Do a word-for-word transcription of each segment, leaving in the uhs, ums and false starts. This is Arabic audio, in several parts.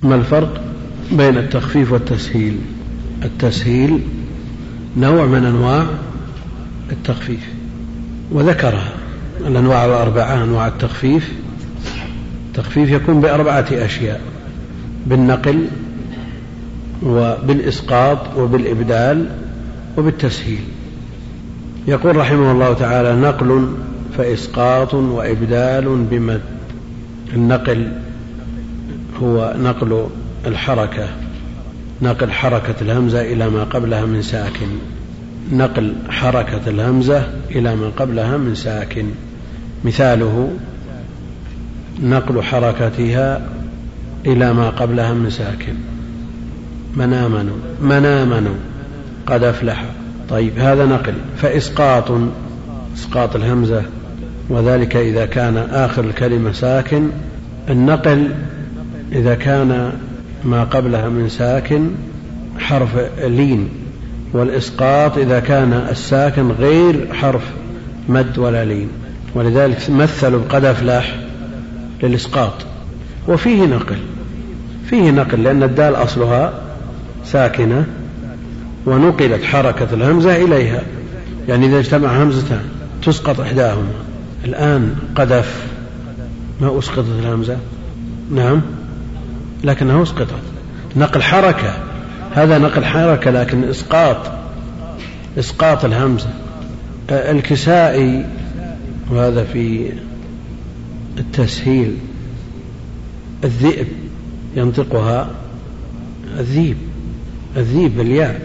ما الفرق بين التخفيف والتسهيل؟ التسهيل نوع من أنواع التخفيف، وذكرها الأنواع الأربعة. أنواع التخفيف، التخفيف يكون بأربعة أشياء: بالنقل وبالإسقاط وبالإبدال وبالتسهيل. يقول رحمه الله تعالى: نقل فإسقاط وإبدال بمد. النقل هو نقل الحركة، نقل حركة الهمزة إلى ما قبلها من ساكن، نقل حركة الهمزة إلى ما قبلها من ساكن. مثاله: نقل حركتها إلى ما قبلها من ساكن، من آمنوا من آمنوا قد أفلح. طيب، هذا نقل. فإسقاط، إسقاط الهمزة، وذلك إذا كان آخر الكلمة ساكن. النقل إذا كان ما قبلها من ساكن حرف لين، والإسقاط إذا كان الساكن غير حرف مد ولا لين. ولذلك مثلوا قد أفلح للإسقاط. وفيه نقل، فيه نقل لأن الدال أصلها ساكنة ونقلت حركة الهمزة إليها، يعني إذا اجتمع همزتان تسقط إحداهما. الآن قذف ما أسقطت الهمزة، نعم، لكنها أسقطت. نقل حركة، هذا نقل حركة، لكن إسقاط إسقاط الهمزة. الكسائي، وهذا في التسهيل: الذئب ينطقها الذيب، الذيب بالياء.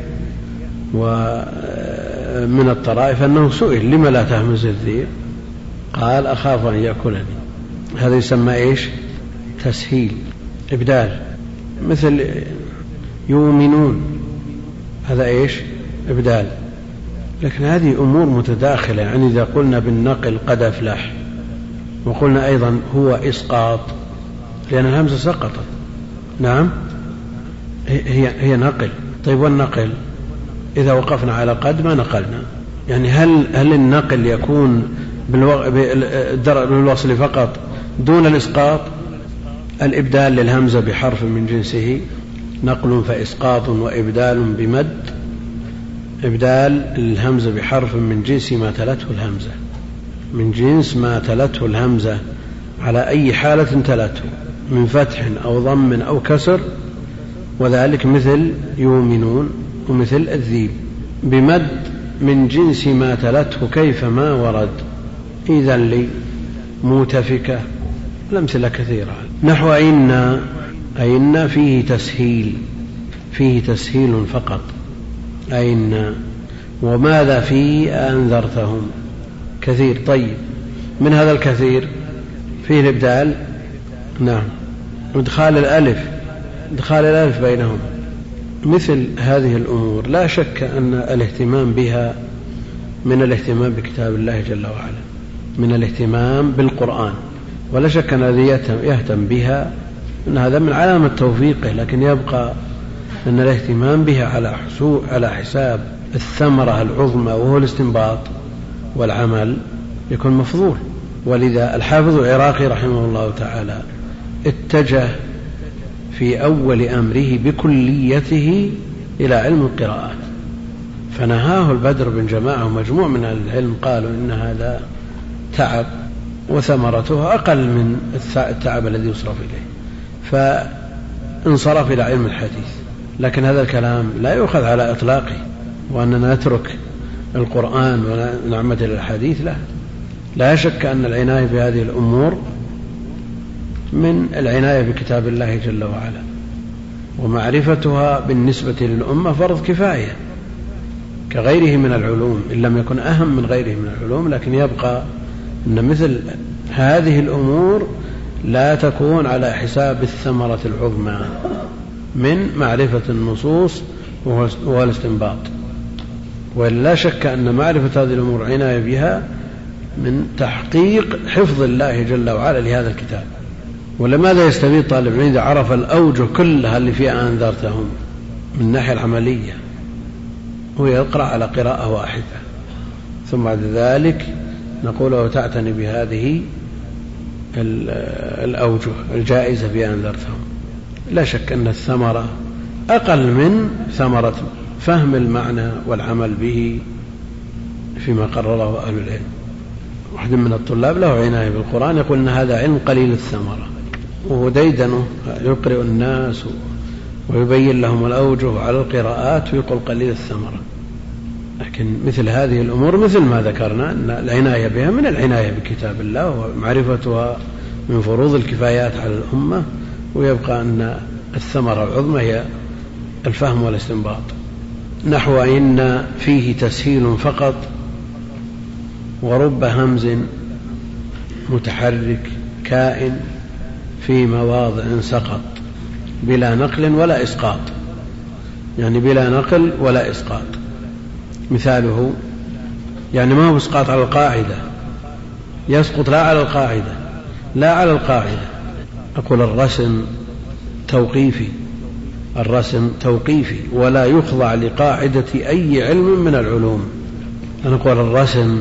ومن الطرائف أنه سئل: لما لا تهمز الذئب؟ قال: أخاف أن يأكلني. هذا يسمى إيش؟ تسهيل. إبدال، مثل يؤمنون، هذا إيش؟ إبدال. لكن هذه أمور متداخلة. يعني إذا قلنا بالنقل قد أفلح، وقلنا أيضا هو إسقاط لأن الهمزة سقطت، نعم، هي هي نقل. طيب، والنقل إذا وقفنا على قد ما نقلنا، يعني هل هل النقل يكون بالوصل فقط دون الإسقاط؟ الإبدال للهمزة بحرف من جنسه: نقل فإسقاط وإبدال بمد. إبدال الهمزة بحرف من جنس ما تلته الهمزة، من جنس ما تلته الهمزة على أي حالة تلته، من فتح أو ضم أو كسر، وذلك مثل يؤمنون ومثل الذيب. بمد من جنس ما تلته كيفما ورد، إذا لي موتفكة. الأمثلة كثيرة. نحو إن، أين فيه تسهيل، فيه تسهيل فقط. أين وماذا فيه أنذرتهم، كثير. طيب، من هذا الكثير فيه الإبدال، نعم، ادخال الألف، ادخال الألف بينهم. مثل هذه الأمور لا شك أن الاهتمام بها من الاهتمام بكتاب الله جل وعلا، من الاهتمام بالقرآن، ولا شك أن الذي يهتم بها أن هذا من علامة توفيقه. لكن يبقى أن الاهتمام بها على على حساب الثمرة العظمى وهو الاستنباط والعمل يكون مفضول. ولذا الحافظ العراقي رحمه الله تعالى اتجه في أول أمره بكليته إلى علم القراءات، فنهاه البدر بن جماعة ومجموع من العلم، قالوا إن هذا تعب وثمرته أقل من التعب الذي يصرف إليه، فانصرف إلى علم الحديث. لكن هذا الكلام لا يؤخذ على إطلاقه، وأننا نترك القرآن ونعمد إلى الحديث، لا لا شك أن العناية بهذه الأمور من العناية بكتاب الله جل وعلا، ومعرفتها بالنسبة للأمة فرض كفاية كغيره من العلوم، إن لم يكن أهم من غيره من العلوم. لكن يبقى أن مثل هذه الأمور لا تكون على حساب الثمرة العظمى من معرفة النصوص والاستنباط. ولا شك أن معرفة هذه الأمور عناية بها من تحقيق حفظ الله جل وعلا لهذا الكتاب. ولماذا يستفيد طالب العلم إذا عرف الأوجه كلها اللي فيها أنذرتهم من الناحية العملية، هو يقرأ على قراءة واحدة، ثم بعد ذلك نقول له تعتني بهذه الأوجه الجائزة في أنذرتهم. لا شك أن الثمرة أقل من ثمرة فهم المعنى والعمل به فيما قرره أهل العلم. واحد من الطلاب له عناية بالقرآن يقول أن هذا علم قليل الثمرة، وهو ديدنه يقرئ الناس ويبين لهم الأوجه على القراءات ويقول قليل الثمرة. لكن مثل هذه الأمور مثل ما ذكرنا أن العناية بها من العناية بكتاب الله ومعرفتها من فروض الكفايات على الأمة، ويبقى أن الثمرة العظمى هي الفهم والاستنباط. نحو إن فيه تسهيل فقط ورب همز متحرك كائن في مواضع سقط بلا نقل ولا إسقاط، يعني بلا نقل ولا إسقاط. مثاله يعني ما هو إسقاط على القاعدة، يسقط لا على القاعدة لا على القاعدة. أقول الرسم توقيفي، الرسم توقيفي ولا يخضع لقاعدة أي علم من العلوم. أنا أقول الرسم،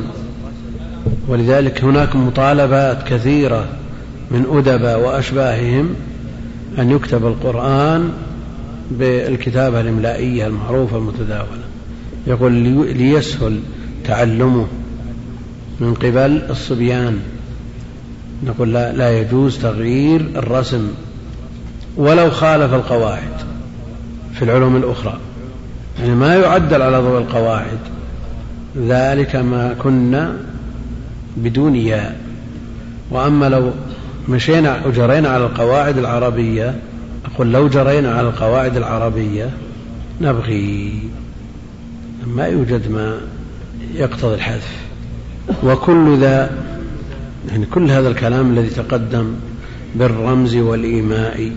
ولذلك هناك مطالبات كثيرة من أدباء وأشباههم أن يكتب القرآن بالكتابة الإملائية المعروفة المتداولة. يقول ليسهل تعلمه من قبل الصبيان. نقول لا, لا يجوز تغيير الرسم ولو خالف القواعد في العلوم الأخرى، يعني ما يعدل على ضوء القواعد، ذلك ما كنا بدون ياء. وأما لو مشينا وجرينا على القواعد العربية، أقول لو جرينا على القواعد العربية نبغي، ما يوجد ما يقتضي الحذف. وكل ذا يعني كل هذا الكلام الذي تقدم بالرمز والإيماء،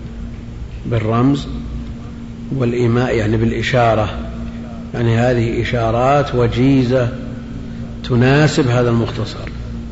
بالرمز والإيماء يعني بالإشارة، يعني هذه إشارات وجيزة تناسب هذا المختصر،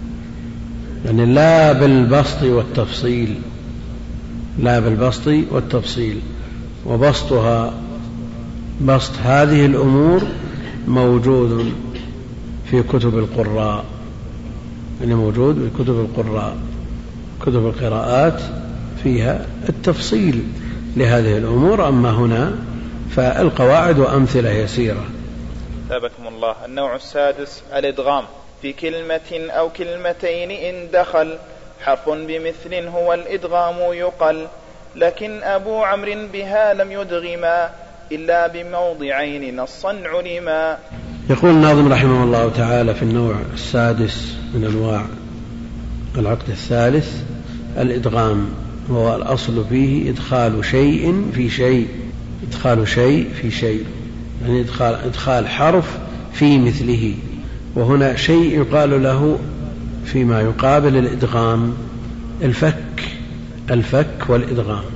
يعني لا بالبسط والتفصيل، لا بالبسط والتفصيل. وبسطها بسط هذه الأمور موجود في كتب القراء، يعني موجود في كتب القراء، كتب القراءات فيها التفصيل لهذه الأمور. أما هنا فالقواعد وأمثلة يسيرة. ثابكم الله. النوع السادس الإدغام في كلمة أو كلمتين إن دخل حرف بمثل هو الإدغام يقل، لكن أبو عمرو بها لم يدغما إلا بموضعين نصا علما. يقول الناظم رحمه الله تعالى في النوع السادس من أنواع العقد الثالث الإدغام، وهو الأصل فيه إدخال شيء في شيء، إدخال شيء في شيء، يعني إدخال, إدخال حرف في مثله. وهنا شيء يقال له فيما يقابل الإدغام الفك، الفك والإدغام.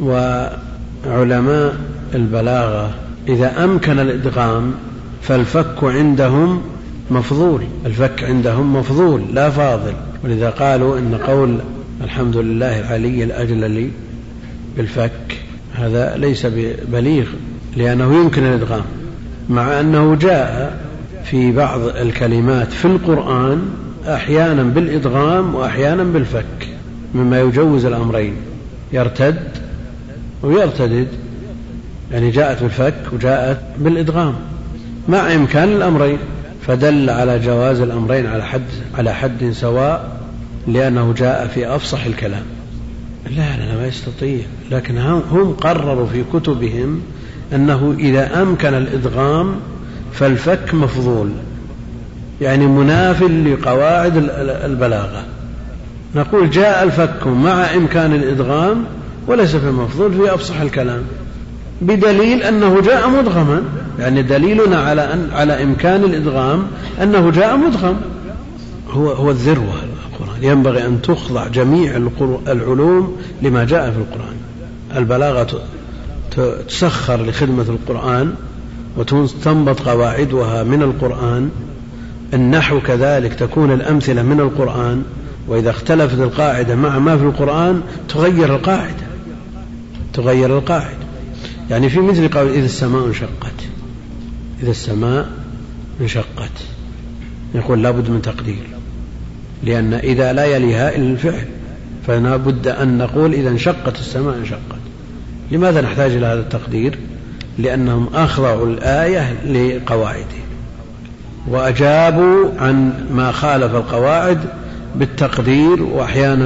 وعلماء البلاغة إذا أمكن الإدغام فالفك عندهم مفضول، الفك عندهم مفضول لا فاضل. ولذا قالوا إن قول الحمد لله العلي الأجلل بالفك هذا ليس ببليغ، لأنه يمكن الإدغام، مع أنه جاء في بعض الكلمات في القرآن أحيانا بالإدغام وأحيانا بالفك، مما يجوز الأمرين، يرتد ويرتدد، يعني جاءت بالفك وجاءت بالإدغام مع إمكان الأمرين، فدل على جواز الأمرين على حد على حد سواء، لأنه جاء في أفصح الكلام. لا لا ما يستطيع، لكن هم قرروا في كتبهم أنه إذا أمكن الإدغام فالفك مفضول، يعني مناف لقواعد البلاغة. نقول جاء الفك مع إمكان الإدغام وليس في المفضول في أفصح الكلام، بدليل أنه جاء مدغما، يعني دليلنا على أن على إمكان الإدغام أنه جاء مدغم. هو هو الذروة القرآن، ينبغي أن تخضع جميع العلوم لما جاء في القرآن. البلاغة تسخر لخدمة القرآن وتنبط قواعدها من القرآن، النحو كذلك تكون الأمثلة من القرآن، وإذا اختلفت القاعدة مع ما في القرآن تغير القاعدة، تغير القاعدة. يعني في مثل قول إذا السماء انشقت، إذا السماء انشقت يقول لا بد من تقدير، لأن إذا لا يليها إلا الفعل، فلا بد أن نقول إذا انشقت السماء انشقت. لماذا نحتاج إلى هذا التقدير؟ لأنهم أخضعوا الآية لقواعده وأجابوا عن ما خالف القواعد بالتقدير وأحيانا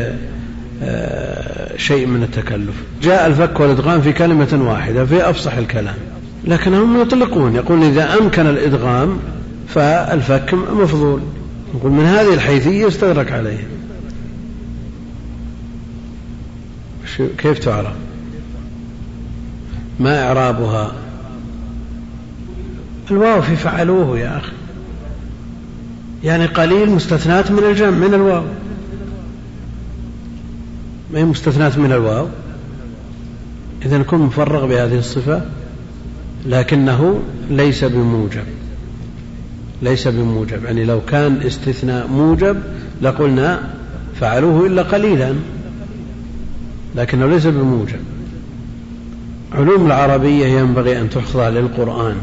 بشيء من التكلف. جاء الفك والإدغام في كلمة واحدة في أفصح الكلام، لكنهم يطلقون يقول إذا أمكن الإدغام فالفك مفضول. يقول من هذه الحيثية يستدرك عليه. كيف تعرف؟ ما إعرابها؟ الواو في فعلوه يا أخي، يعني قليل مستثنات من الجمع من الواو، ما هي مستثنات من الواو، إذن يكون مفرغ بهذه الصفة، لكنه ليس بموجب، ليس بموجب. يعني لو كان استثناء موجب لقلنا فعلوه إلا قليلا، لكنه ليس بموجب. علوم العربية ينبغي أن تحفظ للقرآن،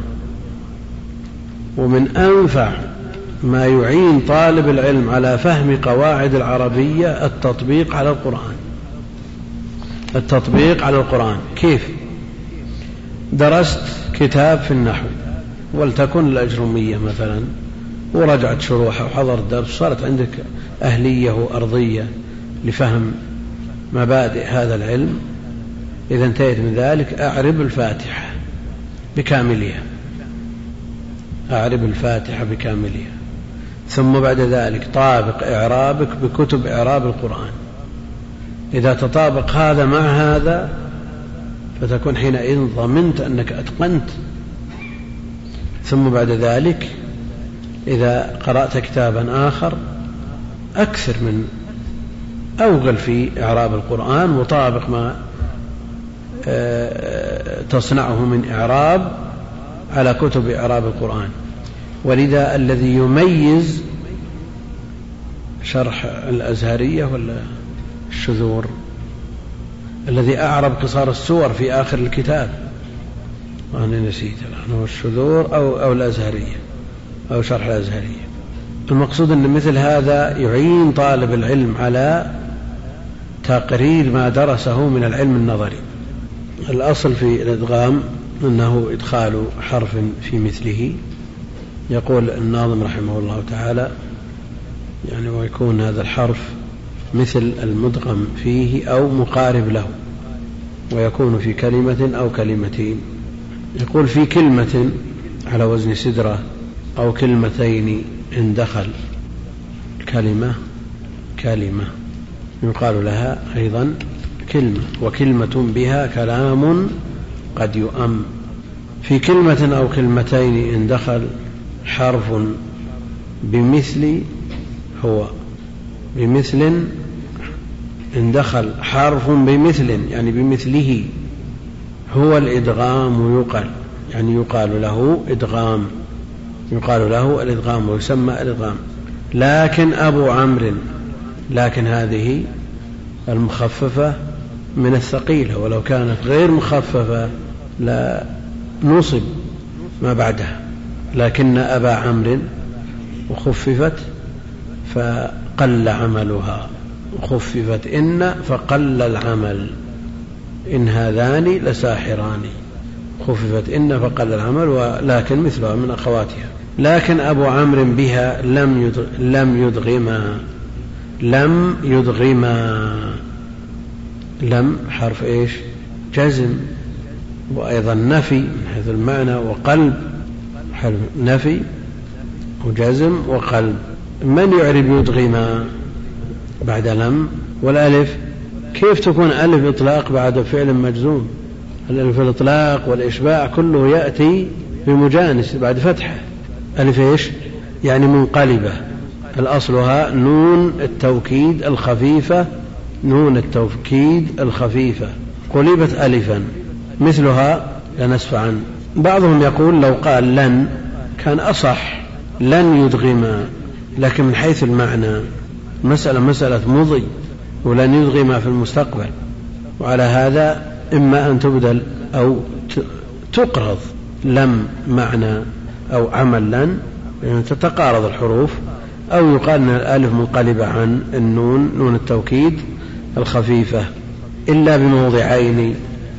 ومن أنفع ما يعين طالب العلم على فهم قواعد العربية التطبيق على القرآن. التطبيق على القرآن كيف؟ درست كتاب في النحو ولتكن الأجرمية مثلا ورجعت شروحه وحضرت درس، صارت عندك أهلية وأرضية لفهم مبادئ هذا العلم. إذا انتهيت من ذلك أعرب الفاتحة بكاملها، أعرب الفاتحة بكاملها، ثم بعد ذلك طابق إعرابك بكتب إعراب القرآن. إذا تطابق هذا مع هذا فتكون حينئذ ضمنت أنك أتقنت. ثم بعد ذلك إذا قرأت كتابا آخر أكثر من أوغل في إعراب القرآن وطابق ما تصنعه من إعراب على كتب إعراب القرآن. ولذا الذي يميز شرح الأزهرية ولا الشذور الذي أعرب قصار السور في آخر الكتاب، وأنا نسيت هو الشذور أو, أو الأزهرية أو شرح الأزهرية. المقصود أن مثل هذا يعين طالب العلم على تقرير ما درسه من العلم النظري. الأصل في الإدغام أنه إدخال حرف في مثله. يقول الناظم رحمه الله تعالى يعني ويكون هذا الحرف مثل المدغم فيه أو مقارب له، ويكون في كلمة أو كلمتين. يقول في كلمة على وزن سدرة أو كلمتين إن دخل كلمة كلمة يقال لها أيضا كلمة، وكلمة بها كلام قد يؤم. في كلمة أو كلمتين إن دخل حرف بمثل هو بمثل إن دخل حرف بمثل يعني بمثله هو الإدغام يقال، يعني يقال له إدغام، يقال له الإدغام ويسمى الإدغام. لكن أبو عمرو، لكن هذه المخففة من الثقيلة، ولو كانت غير مخففة لا نصب ما بعدها. لكن أبا عمرو وخففت فقل عملها، وخففت إن فقل العمل، إن هذان لساحران، خففت إن فقل العمل، ولكن مثلها من أخواتها. لكن أبو عمرو بها لم لم يدغما، لم يدغما، لم حرف إيش؟ جزم، وأيضا نفي من حيث المعنى، وقلب حرف نفي وجزم وقلب. من يعرب يدغما بعد لم؟ والألف كيف تكون ألف إطلاق بعد فعل مجزوم؟ الألف الإطلاق والإشباع كله يأتي بمجانس بعد فتحة. ألف إيش؟ يعني منقلبة، الأصلها نون التوكيد الخفيفة، نون التوكيد الخفيفة قلبت ألفا مثلها لا نسف عنه. بعضهم يقول لو قال لن كان أصح، لن يدغما، لكن من حيث المعنى مسألة مسألة مضي، ولن يدغما في المستقبل، وعلى هذا إما أن تبدل أو تقرض لم معنى أو عمل لن، يعني تتقارض الحروف، أو يقال أن الألف منقلبة عن النون، نون التوكيد الخفيفة، إلا بموضعين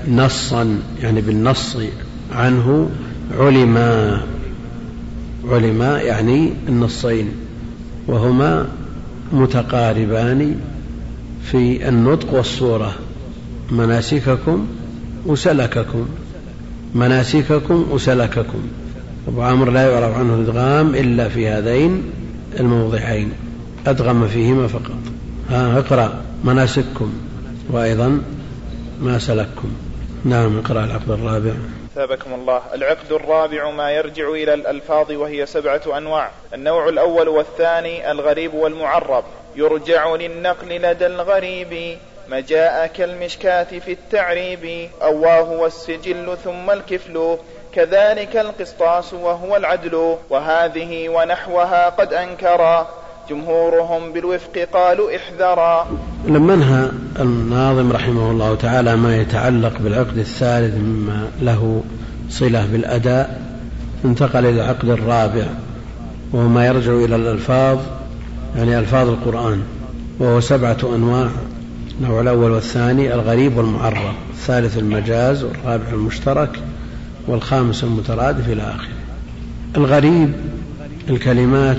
نصا يعني بالنص عنه علما، علما يعني النصين، وهما متقاربان في النطق والصورة، مناسككم وسلككم، مناسككم وسلككم. أبو عمرو لا يعرف عنه الإدغام إلا في هذين الموضعين، أدغم فيهما فقط. ها اقرأ مناسككم وأيضا ما سلككم. نعم اقرأ العقد الرابع. ثابكم الله. العقد الرابع ما يرجع إلى الألفاظ وهي سبعة أنواع. النوع الأول والثاني الغريب والمعرب. يرجع للنقل لدى الغريب ما جاء كالمشكاة في التعريب، أواه والسجل ثم الكفل، كذلك القسطاس وهو العدل، وهذه ونحوها قد أنكرا جمهورهم بالوفق قالوا احذرا. لما انهى الناظم رحمه الله تعالى ما يتعلق بالعقد الثالث مما له صلة بالأداء، انتقل إلى العقد الرابع وهو ما يرجع إلى الألفاظ، يعني ألفاظ القرآن، وهو سبعة أنواع. النوع الأول والثاني الغريب والمعرب، الثالث المجاز، والرابع المشترك، والخامس المترادف إلى آخره. الغريب الكلمات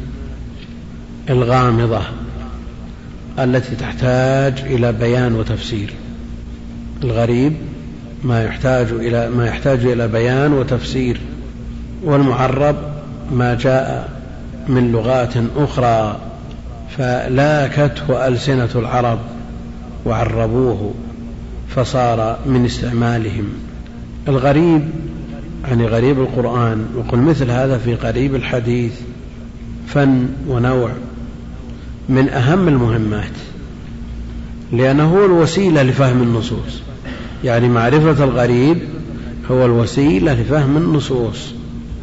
الغامضة التي تحتاج إلى بيان وتفسير. الغريب ما يحتاج إلى ما يحتاج إلى بيان وتفسير. والمعرب ما جاء من لغات أخرى فلاكته ألسنة العرب وعربوه فصار من استعمالهم. الغريب يعني غريب القرآن، وقل مثل هذا في غريب الحديث فن ونوع من أهم المهمات، لأنه هو الوسيلة لفهم النصوص، يعني معرفة الغريب هو الوسيلة لفهم النصوص.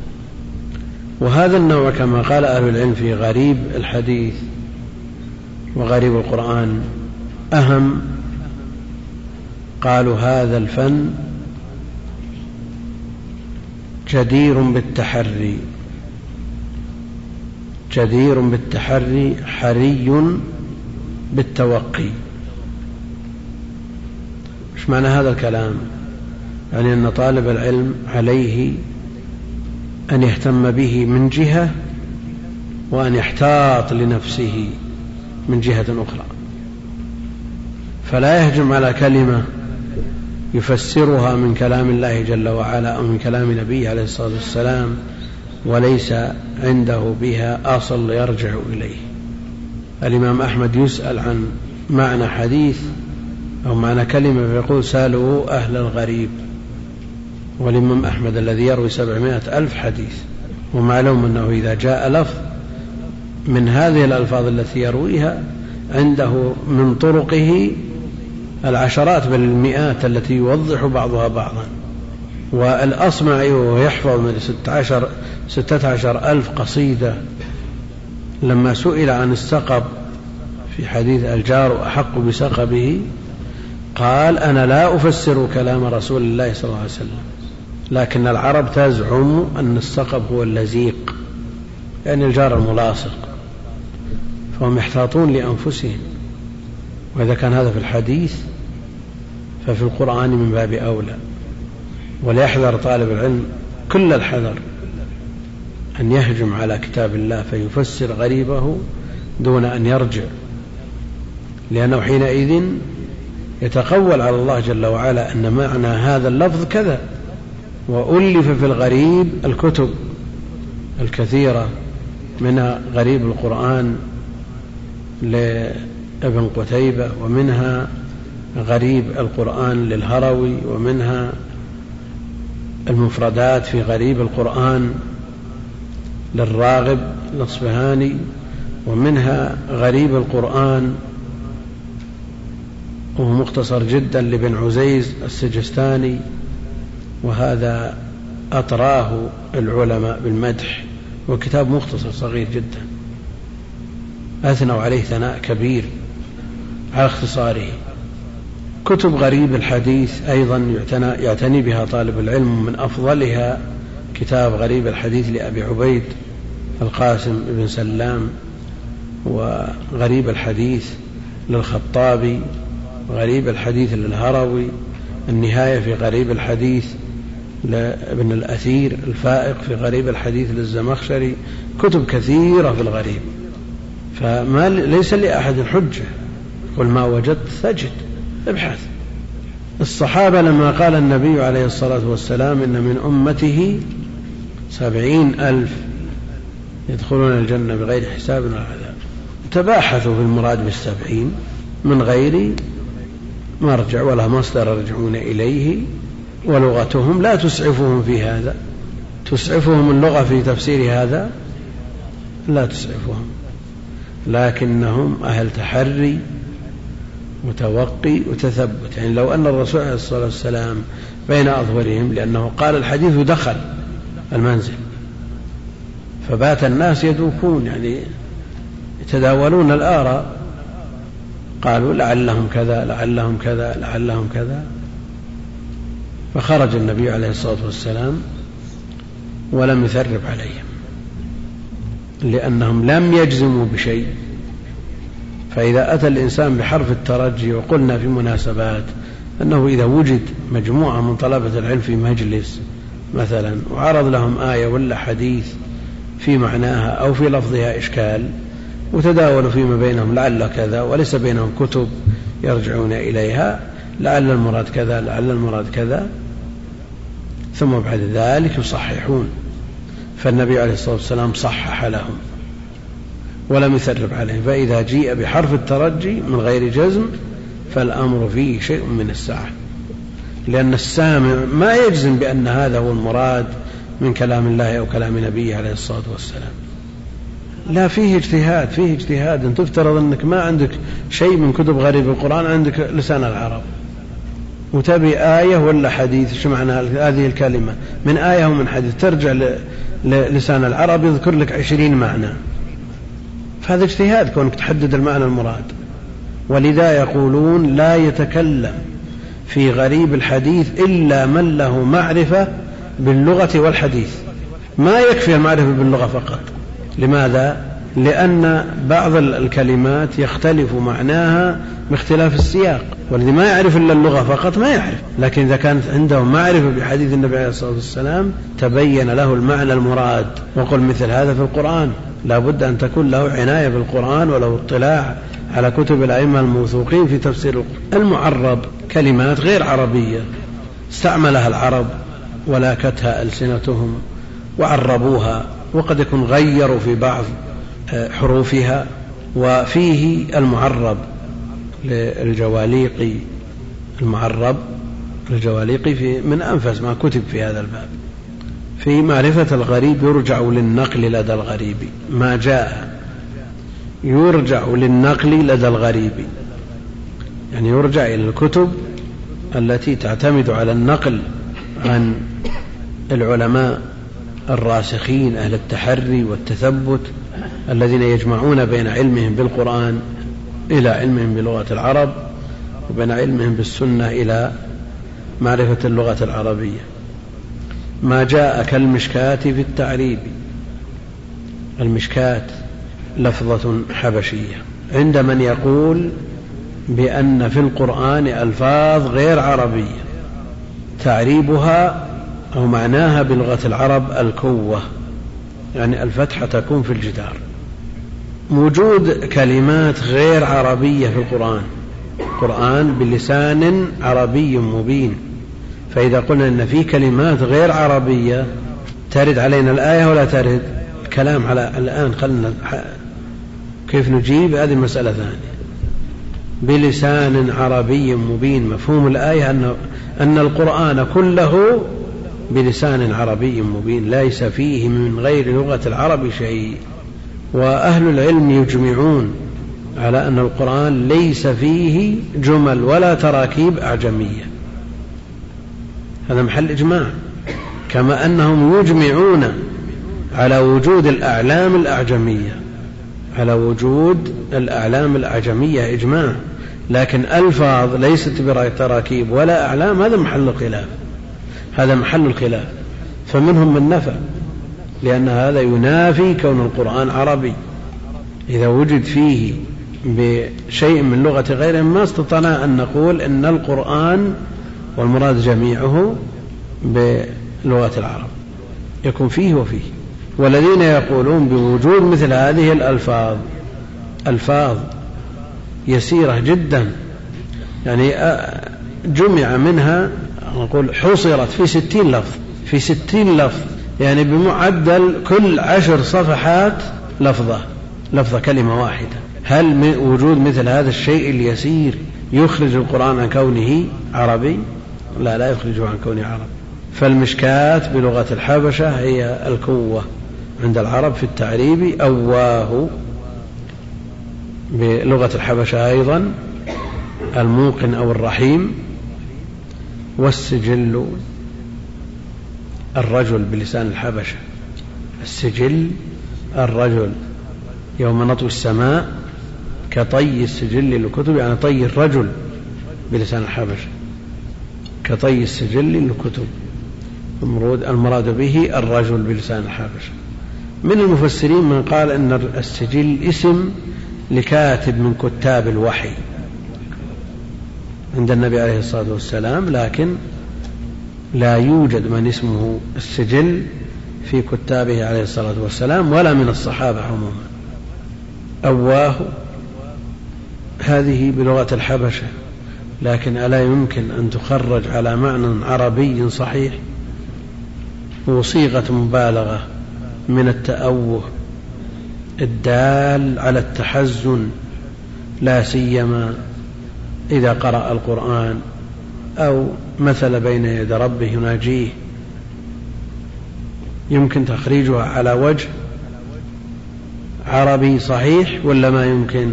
وهذا النوع كما قال أهل العلم في غريب الحديث وغريب القرآن أهم. قالوا هذا الفن جدير بالتحري، جدير بالتحري حري بالتوقي. مش معنى هذا الكلام؟ يعني أن طالب العلم عليه أن يهتم به من جهة، وأن يحتاط لنفسه من جهة أخرى، فلا يهجم على كلمة يفسرها من كلام الله جل وعلا أو من كلام نبيه عليه الصلاة والسلام وليس عنده بها أصل يرجع إليه. الإمام أحمد يسأل عن معنى حديث أو معنى كلمة فيقول سألوا أهل الغريب، والإمام أحمد الذي يروي سبعمائة ألف حديث، ومعلوم أنه إذا جاء لفظ من هذه الألفاظ التي يرويها عنده من طرقه العشرات بل المئات التي يوضح بعضها بعضا. والأصمعي ويحفظ من ستة عشر ألف قصيدة لما سئل عن السقب في حديث الجار أحق بسقبه قال أنا لا أفسر كلام رسول الله صلى الله عليه وسلم، لكن العرب تزعم أن السقب هو اللزيق، يعني الجار الملاصق، فهم يحتاطون لأنفسهم. وإذا كان هذا في الحديث ففي القرآن من باب أولى. وليحذر طالب العلم كل الحذر أن يهجم على كتاب الله فيفسر غريبه دون أن يرجع، لأنه حينئذ يتقول على الله جل وعلا أن معنى هذا اللفظ كذا. وألف في الغريب الكتب الكثيرة، منها غريب القرآن لابن قتيبة، ومنها غريب القرآن للهروي، ومنها المفردات في غريب القرآن للراغب الأصبهاني، ومنها غريب القرآن وهو مختصر جدا لابن عزيز السجستاني، وهذا أطراه العلماء بالمدح، وكتاب مختصر صغير جدا أثنوا عليه ثناء كبير على اختصاره. كتب غريب الحديث أيضا يعتني بها طالب العلم، من أفضلها كتاب غريب الحديث لأبي عبيد القاسم بن سلام، وغريب الحديث للخطابي، وغريب الحديث للهروي، النهاية في غريب الحديث لابن الأثير، الفائق في غريب الحديث للزمخشري، كتب كثيرة في الغريب. فما ليس لأحد حجة، قل ما وجدت تجد، ابحث. الصحابة لما قال النبي عليه الصلاة والسلام إن من أمته سبعين ألف يدخلون الجنة بغير حساب ولا عذاب، تباحثوا في المراد بالسبعين من غير مرجع ولا مصدر يرجعون إليه، ولغتهم لا تسعفهم في هذا. تسعفهم اللغة في تفسير هذا؟ لا تسعفهم، لكنهم أهل تحري وتوقي وتثبت. يعني لو أن الرسول عليه الصلاة والسلام بين أظهرهم، لأنه قال الحديث دخل المنزل، فبات الناس يدوكون يعني يتداولون الآراء، قالوا لعلهم كذا لعلهم كذا لعلهم كذا، فخرج النبي عليه الصلاة والسلام ولم يثرب عليهم، لأنهم لم يجزموا بشيء. فإذا أتى الإنسان بحرف الترجي، وقلنا في مناسبات أنه إذا وجد مجموعة من طلبة العلم في مجلس مثلا وعرض لهم آية ولا حديث في معناها أو في لفظها إشكال، وتداولوا فيما بينهم لعل كذا، وليس بينهم كتب يرجعون إليها، لعل المراد كذا لعل المراد كذا، ثم بعد ذلك يصححون. فالنبي عليه الصلاة والسلام صحح لهم ولم يثرب عليهم. فإذا جيء بحرف الترجي من غير جزم فالأمر فيه شيء من السعة، لأن السامع ما يجزم بأن هذا هو المراد من كلام الله أو كلام نبيه عليه الصلاة والسلام. لا، فيه اجتهاد، فيه اجتهاد. أن تفترض أنك ما عندك شيء من كتب غريب القرآن، عندك لسان العرب، وتبي آية ولا حديث شو معنى هذه الكلمة من آية ومن حديث، ترجع للسان العرب يذكر لك عشرين معنى. فهذا اجتهاد كونك تحدد المعنى المراد. ولذا يقولون لا يتكلم في غريب الحديث إلا من له معرفة باللغة والحديث، ما يكفي المعرفة باللغة فقط. لماذا؟ لأن بعض الكلمات يختلف معناها باختلاف السياق، والذي ما يعرف إلا اللغة فقط ما يعرف. لكن إذا كانت عنده معرفة بحديث النبي عليه الصلاة والسلام تبين له المعنى المراد. وقل مثل هذا في القرآن، لا بد أن تكون له عناية بالقرآن وله اطلاع على كتب الأئمة الموثوقين في تفسير القرآن. المعرب كلمات غير عربية استعملها العرب ولاكتها ألسنتهم وعربوها، وقد يكون غيروا في بعض حروفها. وفيه المعرب للجواليقي، المعرب للجواليقي في من أنفس ما كتب في هذا الباب. في معرفة الغريب يرجع للنقل لدى الغريب، ما جاء يرجع للنقل لدى الغريب، يعني يرجع إلى الكتب التي تعتمد على النقل عن العلماء الراسخين أهل التحري والتثبت الذين يجمعون بين علمهم بالقرآن إلى علمهم بلغة العرب، وبين علمهم بالسنة إلى معرفة اللغة العربية. ما جاء كالمشكاة في التعريب. المشكاة لفظة حبشية عند من يقول بأن في القرآن ألفاظ غير عربية تعريبها أو معناها بلغة العرب الكوة، يعني الفتحة تكون في الجدار. وجود كلمات غير عربية في القرآن، القرآن بلسان عربي مبين، فإذا قلنا أن في كلمات غير عربية ترد علينا الآية ولا ترد؟ الكلام على الآن خلنا كيف نجيب هذه مسألة ثانية. بلسان عربي مبين، مفهوم الآية أن أن القرآن كله بلسان عربي مبين ليس فيه من غير لغة العرب شيء. وأهل العلم يجمعون على أن القرآن ليس فيه جمل ولا تراكيب أعجمية، هذا محل إجماع. كما أنهم يجمعون على وجود الأعلام الأعجمية، على وجود الأعلام الأعجمية إجماع، لكن ألفاظ ليست بتراكيب ولا أعلام هذا محل الخلاف، هذا محل الخلاف. فمنهم من نفى، لأن هذا ينافي كون القرآن عربي. إذا وجد فيه بشيء من لغة غيره ما استطعنا أن نقول إن القرآن والمراد جميعه بلغة العرب، يكون فيه وفيه. والذين يقولون بوجود مثل هذه الألفاظ ألفاظ يسيرة جدا، يعني جمع منها نقول حصرت في ستين لفظ في ستين لفظ، يعني بمعدل كل عشر صفحات لفظة لفظة كلمة واحدة. هل وجود مثل هذا الشيء اليسير يخرج القرآن عن كونه عربي؟ لا لا يخرجه عن كونه عربي. فالمشكات بلغة الحبشة هي الكوة عند العرب في التعريب، أواه بلغة الحبشة أيضا الموقن أو الرحيم. والسجل الرجل بلسان الحبشة، السجل الرجل، يوم نطوي السماء كطي السجل للكتب، يعني طي الرجل بلسان الحبشة كطي السجل للكتب، المراد به الرجل بلسان الحبشة. من المفسرين من قال أن السجل اسم لكاتب من كتاب الوحي عند النبي عليه الصلاة والسلام، لكن لا يوجد من اسمه السجل في كتابه عليه الصلاة والسلام ولا من الصحابة عموما. أواه هذه بلغة الحبشة، لكن ألا يمكن أن تخرج على معنى عربي صحيح وصيغة مبالغة من التأوه الدال على التحزن، لا سيما إذا قرأ القرآن أو مثل بين يدي ربه يناجيه، يمكن تخريجها على وجه عربي صحيح ولا ما يمكن؟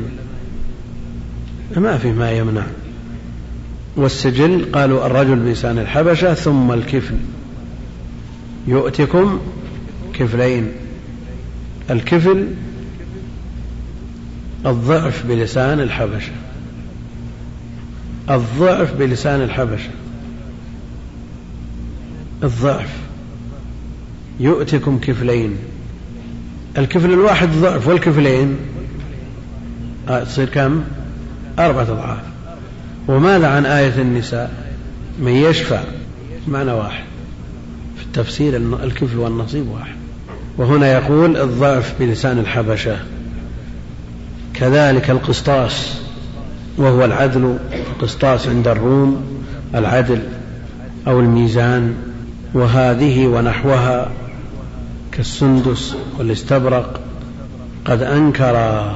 ما في ما يمنع. والسجل قالوا الرجل بلسان الحبشة، ثم الكفل يؤتكم كفلين. الكفل الضعف بلسان الحبشة، الضعف بلسان الحبشة الضعف يؤتكم كفلين. الكفل الواحد ضعف، والكفلين تصير كم؟ أربعة أضعاف. وماذا عن آية النساء؟ من يشفع معنى واحد في التفسير، الكفل والنصيب واحد. وهنا يقول الضعف بلسان الحبشة. كذلك القسطاس وهو العدل، القسطاس عند الروم العدل أو الميزان، وهذه ونحوها كالسندس والاستبرق قد أنكر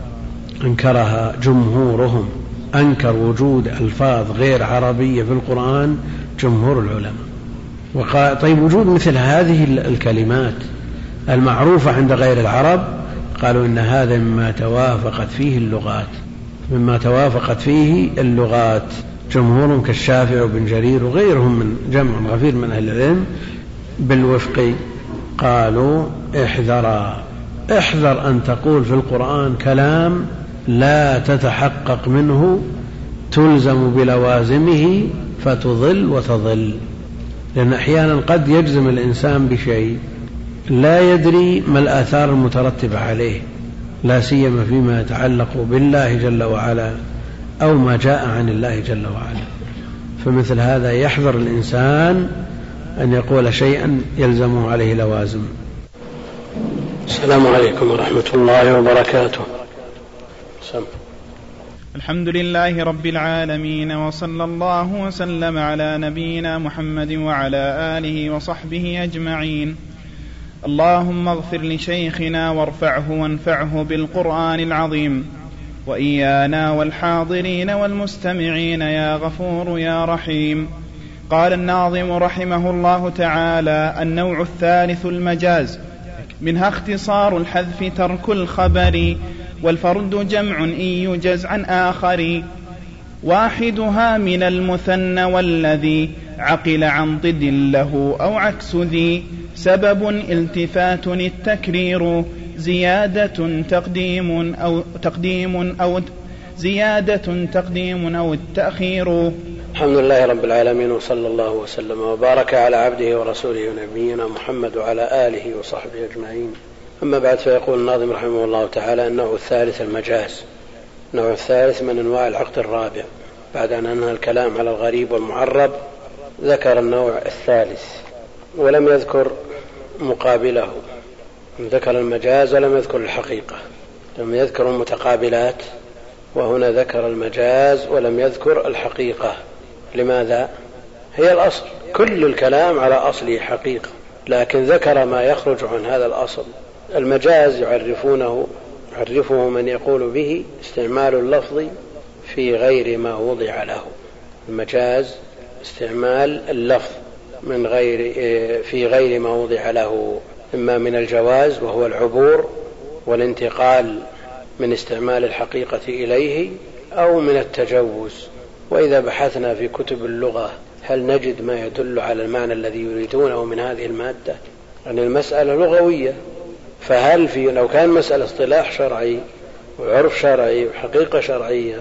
أنكرها جمهورهم، أنكر وجود ألفاظ غير عربية في القرآن جمهور العلماء. وقال طيب وجود مثل هذه الكلمات المعروفة عند غير العرب، قالوا إن هذا مما توافقت فيه اللغات مما توافقت فيه اللغات جمهور كالشافعي وابن جرير وغيرهم من جمع غفير من أهل العلم بالوفق. قالوا احذر احذر أن تقول في القرآن كلام لا تتحقق منه تلزم بلوازمه فتضل وتضل، لأن أحيانا قد يجزم الإنسان بشيء لا يدري ما الآثار المترتبة عليه، لا سيما فيما يتعلق بالله جل وعلا أو ما جاء عن الله جل وعلا. فمثل هذا يحذر الإنسان أن يقول شيئا يلزمه عليه لوازم. السلام عليكم ورحمة الله وبركاته. سم. الحمد لله رب العالمين، وصلى الله وسلم على نبينا محمد وعلى آله وصحبه أجمعين. اللهم اغفر لشيخنا وارفعه وانفعه بالقرآن العظيم، وإيانا والحاضرين والمستمعين يا غفور يا رحيم. قال الناظم رحمه الله تعالى: النوع الثالث المجاز، منها اختصار الحذف ترك الخبر، والفرد جمع إن يجز عن آخر، واحدها من المثنى والذي عقل عن ضد له أو عكس ذي، سبب التفات التكرير، زيادة تقديم أو تقديم أو زيادة تقديم أو التأخير. الحمد لله رب العالمين، وصلى الله وسلم وبارك على عبده ورسوله ونبينا محمد وعلى آله وصحبه أجمعين. أما بعد، فيقول الناظم رحمه الله تعالى: النوع الثالث المجاز. النوع الثالث من أنواع العقد الرابع، بعد أن أنهى الكلام على الغريب والمعرب ذكر النوع الثالث ولم يذكر مقابله، ذكر المجاز ولم يذكر الحقيقة، لم يذكر المتقابلات، وهنا ذكر المجاز ولم يذكر الحقيقة. لماذا؟ هي الأصل، كل الكلام على أصله حقيقة، لكن ذكر ما يخرج عن هذا الأصل. المجاز يعرفونه يعرفه من يقول به استعمال اللفظ في غير ما وضع له. المجاز استعمال اللفظ من غير في غير ما وضع له، إما من الجواز وهو العبور والانتقال من استعمال الحقيقة إليه، أو من التجوز. وإذا بحثنا في كتب اللغة هل نجد ما يدل على المعنى الذي يريدونه من هذه المادة؟ يعني المسألة لغوية، فهل في لو كان مسألة اصطلاح شرعي وعرف شرعي وحقيقة شرعية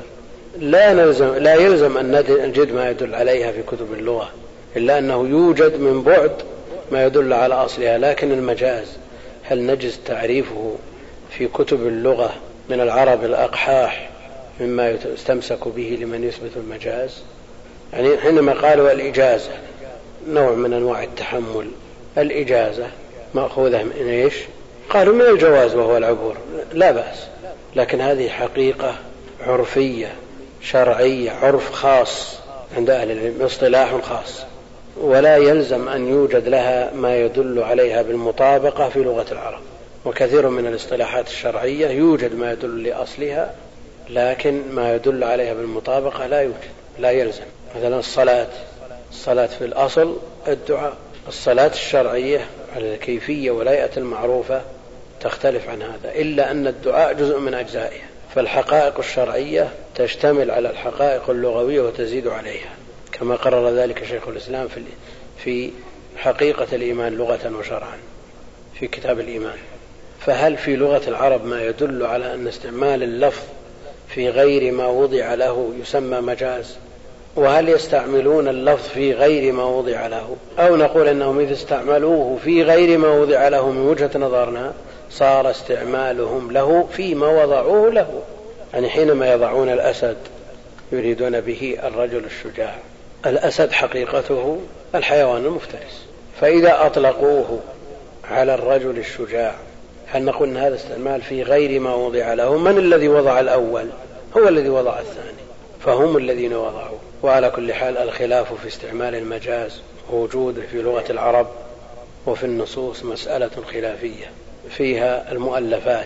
لا نلزم لا يلزم أن نجد ما يدل عليها في كتب اللغة، إلا أنه يوجد من بعد ما يدل على أصلها. لكن المجاز هل نجد تعريفه في كتب اللغة من العرب الأقحاح مما يستمسك به لمن يثبت المجاز؟ يعني حينما قالوا الإجازة نوع من أنواع التحمل، الإجازة مأخوذة من إيش؟ قالوا من الجواز وهو العبور، لا بأس، لكن هذه حقيقة عرفية شرعية، عرف خاص عند أهل العلم، اصطلاح خاص، ولا يلزم أن يوجد لها ما يدل عليها بالمطابقة في لغة العرب. وكثير من الاصطلاحات الشرعية يوجد ما يدل لأصلها، لكن ما يدل عليها بالمطابقة لا يوجد، لا يلزم. مثلا الصلاة، الصلاة في الأصل الدعاء، الصلاة الشرعية على الكيفية والهيئة المعروفة تختلف عن هذا، إلا أن الدعاء جزء من أجزائها، فالحقائق الشرعية تشتمل على الحقائق اللغوية وتزيد عليها، كما قرر ذلك شيخ الإسلام في في حقيقة الإيمان لغة وشرعا في كتاب الإيمان. فهل في لغة العرب ما يدل على أن استعمال اللفظ في غير ما وضع له يسمى مجاز؟ وهل يستعملون اللفظ في غير ما وضع له؟ أو نقول أنهم إذا استعملوه في غير ما وضع له من وجهة نظرنا صار استعمالهم له فيما وضعوه له. يعني حينما يضعون الأسد يريدون به الرجل الشجاع، الأسد حقيقته الحيوان المفترس، فإذا أطلقوه على الرجل الشجاع هل نقول أن هذا استعمال في غير ما وضع له؟ من الذي وضع الأول؟ هو الذي وضع الثاني، فهم الذين وضعوا. وعلى كل حال الخلاف في استعمال المجاز ووجوده في لغة العرب وفي النصوص مسألة خلافية، فيها المؤلفات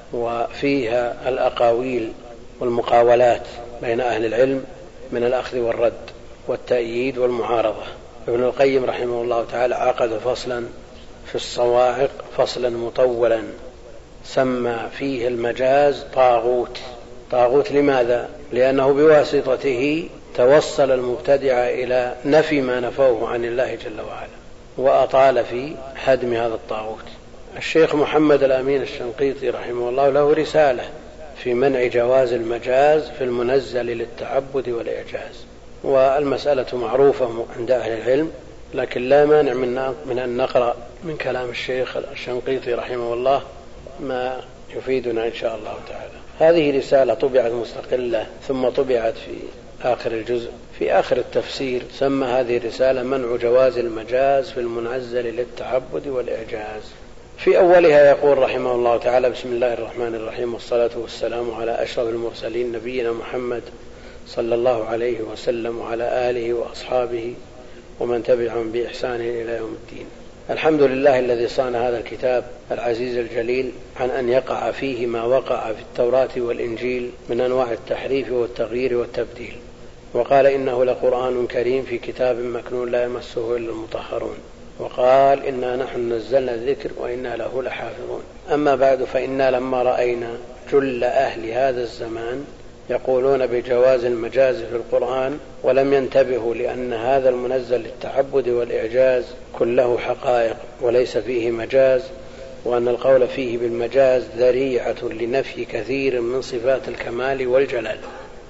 وفيها الأقاويل والمقاولات بين أهل العلم من الأخذ والرد والتأييد والمعارضة. ابن القيم رحمه الله تعالى عقد فصلا في الصواعق، فصلا مطولا سمى فيه المجاز طاغوت. طاغوت لماذا؟ لأنه بواسطته توصل المبتدع إلى نفي ما نفوه عن الله جل وعلا، وأطال في هدم هذا الطاغوت. الشيخ محمد الأمين الشنقيطي رحمه الله له رسالة في منع جواز المجاز في المنزل للتعبد والإعجاز، والمسألة معروفة عند أهل العلم، لكن لا مانع من أن نقرأ من كلام الشيخ الشنقيطي رحمه الله ما يفيدنا إن شاء الله تعالى. هذه رسالة طبعت مستقلة ثم طبعت في آخر الجزء في آخر التفسير، سمى هذه الرسالة منع جواز المجاز في المنزل للتعبد والإعجاز. في أولها يقول رحمه الله تعالى: بسم الله الرحمن الرحيم، والصلاة والسلام على أشرف المرسلين نبينا محمد صلى الله عليه وسلم وعلى آله وأصحابه ومن تبعهم بإحسان إلى يوم الدين. الحمد لله الذي صان هذا الكتاب العزيز الجليل عن أن يقع فيه ما وقع في التوراة والإنجيل من أنواع التحريف والتغيير والتبديل، وقال إنه لقرآن كريم في كتاب مكنون لا يمسه إلا المطهرون، وقال إنا نحن نزلنا الذكر وإنا له لحافظون. أما بعد، فإنا لما رأينا جل أهل هذا الزمان يقولون بجواز المجاز في القرآن ولم ينتبهوا لأن هذا المنزل للتعبد والإعجاز كله حقائق وليس فيه مجاز، وأن القول فيه بالمجاز ذريعة لنفي كثير من صفات الكمال والجلال،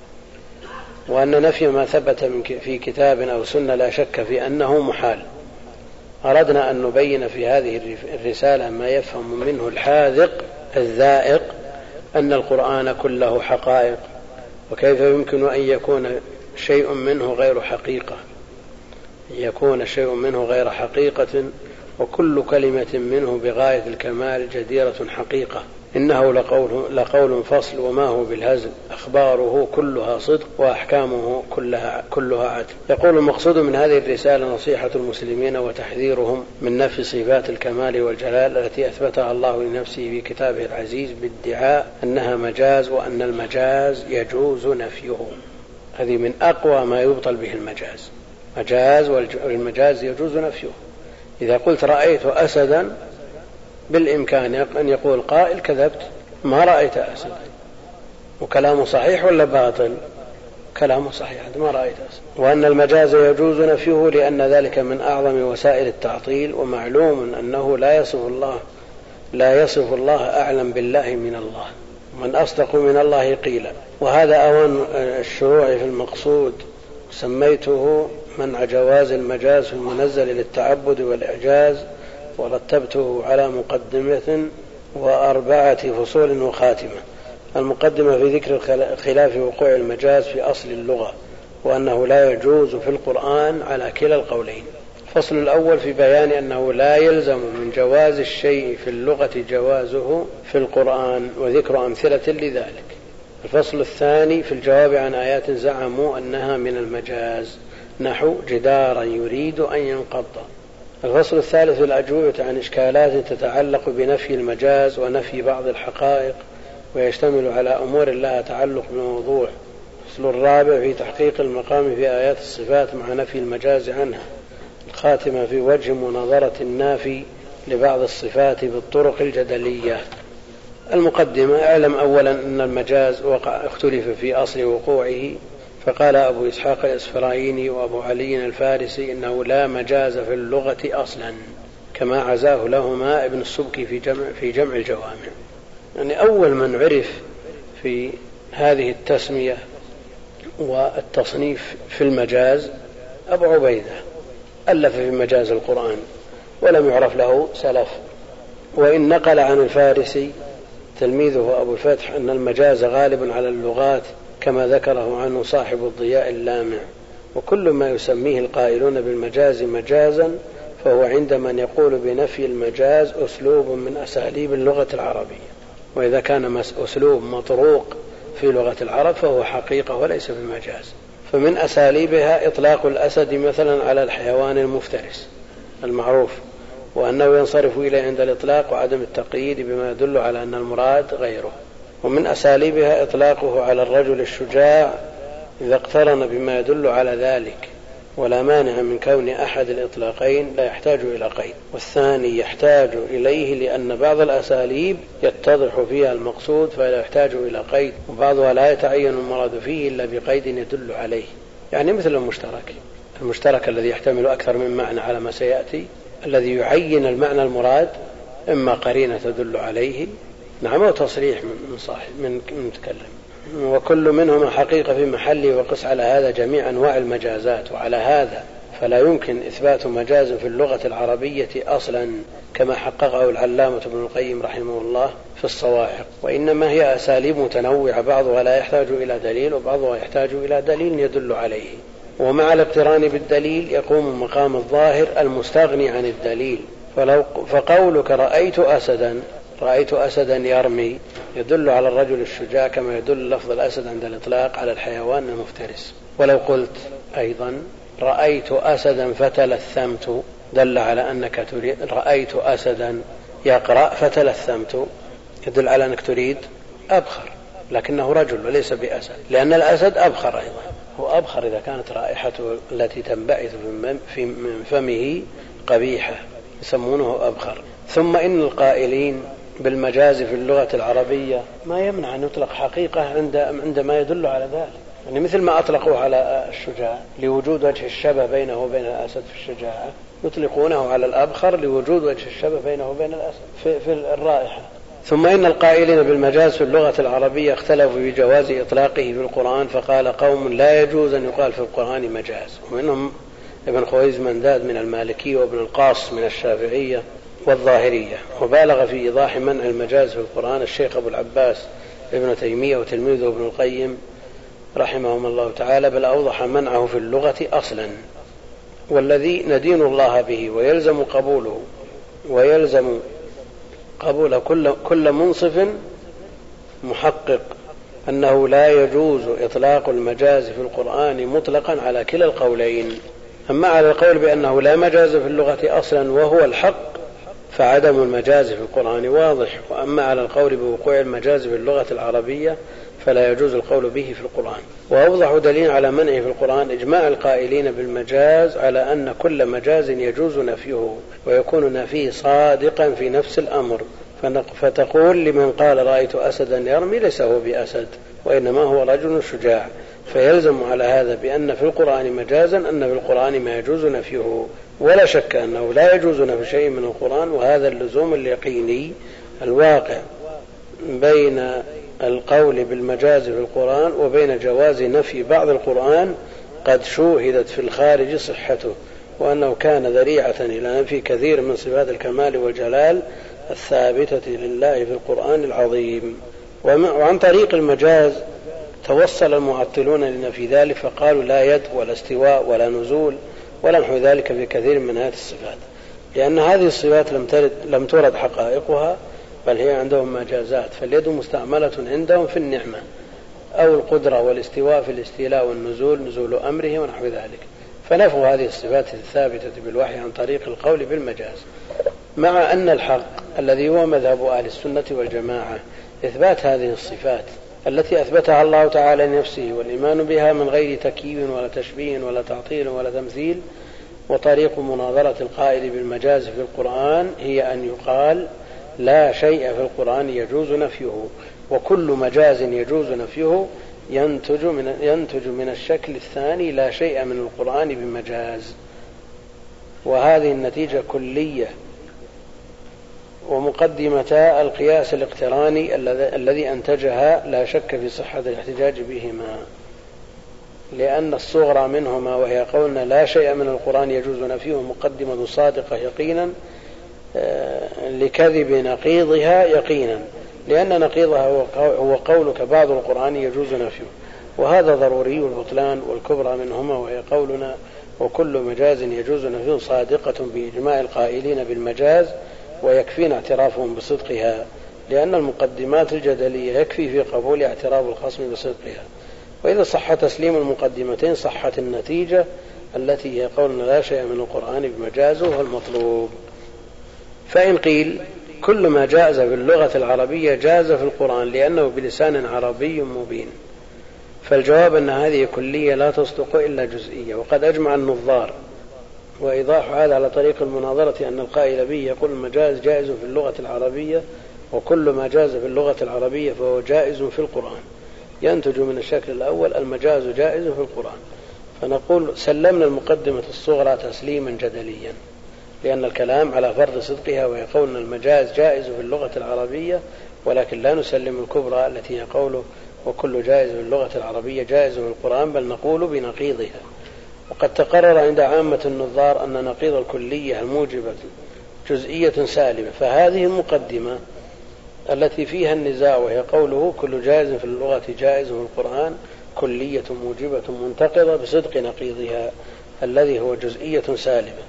وأن نفي ما ثبت في كتاب أو سنة لا شك في أنه محال. أردنا أن نبين في هذه الرسالة ما يفهم منه الحاذق الذائق أن القرآن كله حقائق، وكيف يمكن أن يكون شيء منه غير حقيقة، يكون شيء منه غير حقيقة، وكل كلمة منه بغاية الكمال جديرة حقيقة. إنه لقول, لقول فصل وما هو بالهزل، أخباره كلها صدق وأحكامه كلها, كلها عدل. يقول المقصود من هذه الرسالة نصيحة المسلمين وتحذيرهم من نفي صفات الكمال والجلال التي أثبتها الله لنفسه في كتابه العزيز بادعاء أنها مجاز، وأن المجاز يجوز نفيه. هذه من أقوى ما يبطل به المجاز، مجاز والمجاز يجوز نفيه. إذا قلت رأيت أسدا بالإمكان أن يقول قائل كذبت، ما رأيت أسدا، وكلامه صحيح ولا باطل؟ كلامه صحيح، ما رأيت أسدا. وأن المجاز يجوز نفيه لأن ذلك من أعظم وسائل التعطيل، ومعلوم أنه لا يصف الله لا يصف الله أعلم بالله من الله، من أصدق من الله قيلا. وهذا أوان الشروع في المقصود، سميته منع جواز المجاز في المنزل للتعبد والإعجاز، ورتبته على مقدمة وأربعة فصول وخاتمة. المقدمة في ذكر خلاف وقوع المجاز في أصل اللغة، وأنه لا يجوز في القرآن على كلا القولين. الفصل الأول في بيان أنه لا يلزم من جواز الشيء في اللغة جوازه في القرآن، وذكر أمثلة لذلك. الفصل الثاني في الجواب عن آيات زعموا أنها من المجاز، نحو جدارا يريد أن ينقض. الفصل الثالث في الأجوبة عن إشكالات تتعلق بنفي المجاز ونفي بعض الحقائق، ويشتمل على أمور لها تعلق بالموضوع. الفصل الرابع في تحقيق المقام في آيات الصفات مع نفي المجاز عنها. الخاتمة في وجه مناظرة النافي لبعض الصفات بالطرق الجدلية. المقدمة: اعلم أولا أن المجاز وقع اختلف في أصل وقوعه، فقال أبو إسحاق الإسفرايني وأبو علي الفارسي إنه لا مجاز في اللغة أصلا، كما عزاه لهما ابن السبكي في جمع, في جمع الجوامع. يعني أول من عرف في هذه التسمية والتصنيف في المجاز أبو عبيدة، ألف في مجاز القرآن ولم يعرف له سلف. وإن نقل عن الفارسي تلميذه أبو الفتح أن المجاز غالب على اللغات، كما ذكره عنه صاحب الضياء اللامع. وكل ما يسميه القائلون بالمجاز مجازا فهو عند من يقول بنفي المجاز أسلوب من أساليب اللغة العربية، وإذا كان أسلوب مطروق في لغة العرب فهو حقيقة وليس بالمجاز. فمن أساليبها إطلاق الأسد مثلا على الحيوان المفترس المعروف، وأنه ينصرف إليه عند الإطلاق وعدم التقييد بما يدل على أن المراد غيره. ومن أساليبها إطلاقه على الرجل الشجاع إذا اقترن بما يدل على ذلك، ولا مانع من كون أحد الإطلاقين لا يحتاج إلى قيد، والثاني يحتاج إليه لأن بعض الأساليب يتضح فيها المقصود فلا يحتاج إلى قيد، وبعضها لا يتعين المراد فيه إلا بقيد يدل عليه. يعني مثل المشترك المشترك الذي يحتمل أكثر من معنى على ما سيأتي، الذي يعين المعنى المراد إما قرينة تدل عليه، نعم، أو تصريح من صاحب من متكلم، وكل منهما حقيقة في محله. وقس على هذا جميع أنواع المجازات، وعلى هذا فلا يمكن إثبات مجاز في اللغة العربية أصلا، كما حققه العلامة ابن القيم رحمه الله في الصواعق. وإنما هي أساليب متنوعة، بعضها لا يحتاج إلى دليل وبعضها يحتاج إلى دليل يدل عليه، ومع الاقتران بالدليل يقوم مقام الظاهر المستغني عن الدليل. فلو فقولك رأيت أسدا رأيت أسدا يرمي يدل على الرجل الشجاع، كما يدل لفظ الأسد عند الإطلاق على الحيوان المفترس. ولو قلت أيضا رأيت أسدا فتلثمت دل على أنك تريد، رأيت أسدا يقرأ فتلثمت يدل على أنك تريد أبخر، لكنه رجل وليس بأسد، لأن الأسد أبخر أيضا، هو أبخر إذا كانت رائحته التي تنبعث من فمه قبيحة يسمونه أبخر. ثم إن القائلين بالمجاز في اللغة العربية ما يمنع أن يطلق حقيقة عندما يدل على ذلك، يعني مثل ما أطلقوا على الشجاع لوجود وجه الشبه بينه وبين الأسد في الشجاعة، يطلقونه على الأبخر لوجود وجه الشبه بينه وبين الأسد في, في الرائحة. ثم إن القائلين بالمجاز في اللغة العربية اختلفوا في جواز إطلاقه في القرآن، فقال قوم لا يجوز أن يقال في القرآن مجاز، ومنهم ابن خويز منداد من المالكية وابن القاص من الشافعية والظاهرية. وبالغ في إيضاح منع المجاز في القرآن الشيخ أبو العباس ابن تيمية وتلميذه ابن القيم رحمهم الله تعالى، بل أوضح منعه في اللغة أصلا. والذي ندين الله به ويلزم قبوله ويلزم قبول كل, كل منصف محقق أنه لا يجوز إطلاق المجاز في القرآن مطلقا على كلا القولين. أما على القول بأنه لا مجاز في اللغة أصلا وهو الحق فعدم المجاز في القرآن واضح، وأما على القول بوقوع المجاز في اللغة العربية فلا يجوز القول به في القرآن. وأوضح دليل على منعه في القرآن إجماع القائلين بالمجاز على أن كل مجاز يجوز نفيه ويكون نفيه صادقا في نفس الأمر، فتقول لمن قال رأيت أسدا يرمي ليس هو بأسد وإنما هو رجل شجاع، فيلزم على هذا بأن في القرآن مجازا أن في القرآن ما يجوز نفيه، ولا شك أنه لا يجوز نفي شيء من القرآن. وهذا اللزوم اليقيني الواقع بين القول بالمجاز في القرآن وبين جواز نفي بعض القرآن قد شوهدت في الخارج صحته، وأنه كان ذريعة إلى نفي كثير من صفات الكمال والجلال الثابتة لله في القرآن العظيم. وعن طريق المجاز توصل المعطلون لنفي ذلك فقالوا لا يد ولا استواء ولا نزول ولا نحو ذلك في كثير من هذه الصفات، لأن هذه الصفات لم ترد, لم ترد حقائقها بل هي عندهم مجازات، فاليد مستعملة عندهم في النعمة، أو القدرة والاستواء في الاستيلاء والنزول نزول أمره ونحو ذلك، فنفوا هذه الصفات الثابتة بالوحي عن طريق القول بالمجاز. مع أن الحق الذي هو مذهب أهل السنة والجماعة إثبات هذه الصفات التي أثبتها الله تعالى لنفسه والإيمان بها من غير تكييف ولا تشبيه ولا تعطيل ولا تمثيل. وطريق مناظرة القائل بالمجاز في القرآن هي أن يقال لا شيء في القرآن يجوز نفيه، وكل مجاز يجوز نفيه ينتج من, ينتج من الشكل الثاني لا شيء من القرآن بمجاز. وهذه النتيجة كلية ومقدمتا القياس الاقتراني الذي أنتجها لا شك في صحة الاحتجاج بهما، لأن الصغرى منهما وهي قولنا لا شيء من القرآن يجوز نفيه مقدمة صادقة يقينا لكذب نقيضها يقينا، لأن نقيضها هو قولك بعض القرآن يجوز نفيه، وهذا ضروري البطلان. والكبرى منهما وهي قولنا وكل مجاز يجوز نفيه صادقة بإجماع القائلين بالمجاز ويكفينا اعترافهم بصدقها، لأن المقدمات الجدلية يكفي في قبول اعتراف الخصم بصدقها. وإذا صح تسليم المقدمتين صحت النتيجة التي هي قولنا لا شيء من القرآن بمجازه المطلوب. فإن قيل كل ما جاز باللغة العربية جاز في القرآن لأنه بلسان عربي مبين، فالجواب أن هذه كلية لا تصدق إلا جزئية. وقد أجمع النظار وإيضاح هذا على طريق المناظرة أن القائل به يقول المجاز جائز في اللغة العربية وكل ما جاز في اللغة العربية فهو جائز في القرآن، ينتج من الشكل الأول المجاز جائز في القرآن. فنقول سلمنا المقدمة الصغرى تسليما جدليا لأن الكلام على فرض صدقها وهي قولنا المجاز جائز في اللغة العربية، ولكن لا نسلم الكبرى التي هي قوله وكل جائز في اللغة العربية جائز في القرآن، بل نقول بنقيضها. وقد تقرر عند عامة النظار أن نقيض الكلية الموجبة جزئية سالبة، فهذه المقدمة التي فيها النزاع وهي قوله كل جائز في اللغة جائز في القرآن كلية موجبة منتقضة بصدق نقيضها الذي هو جزئية سالبة،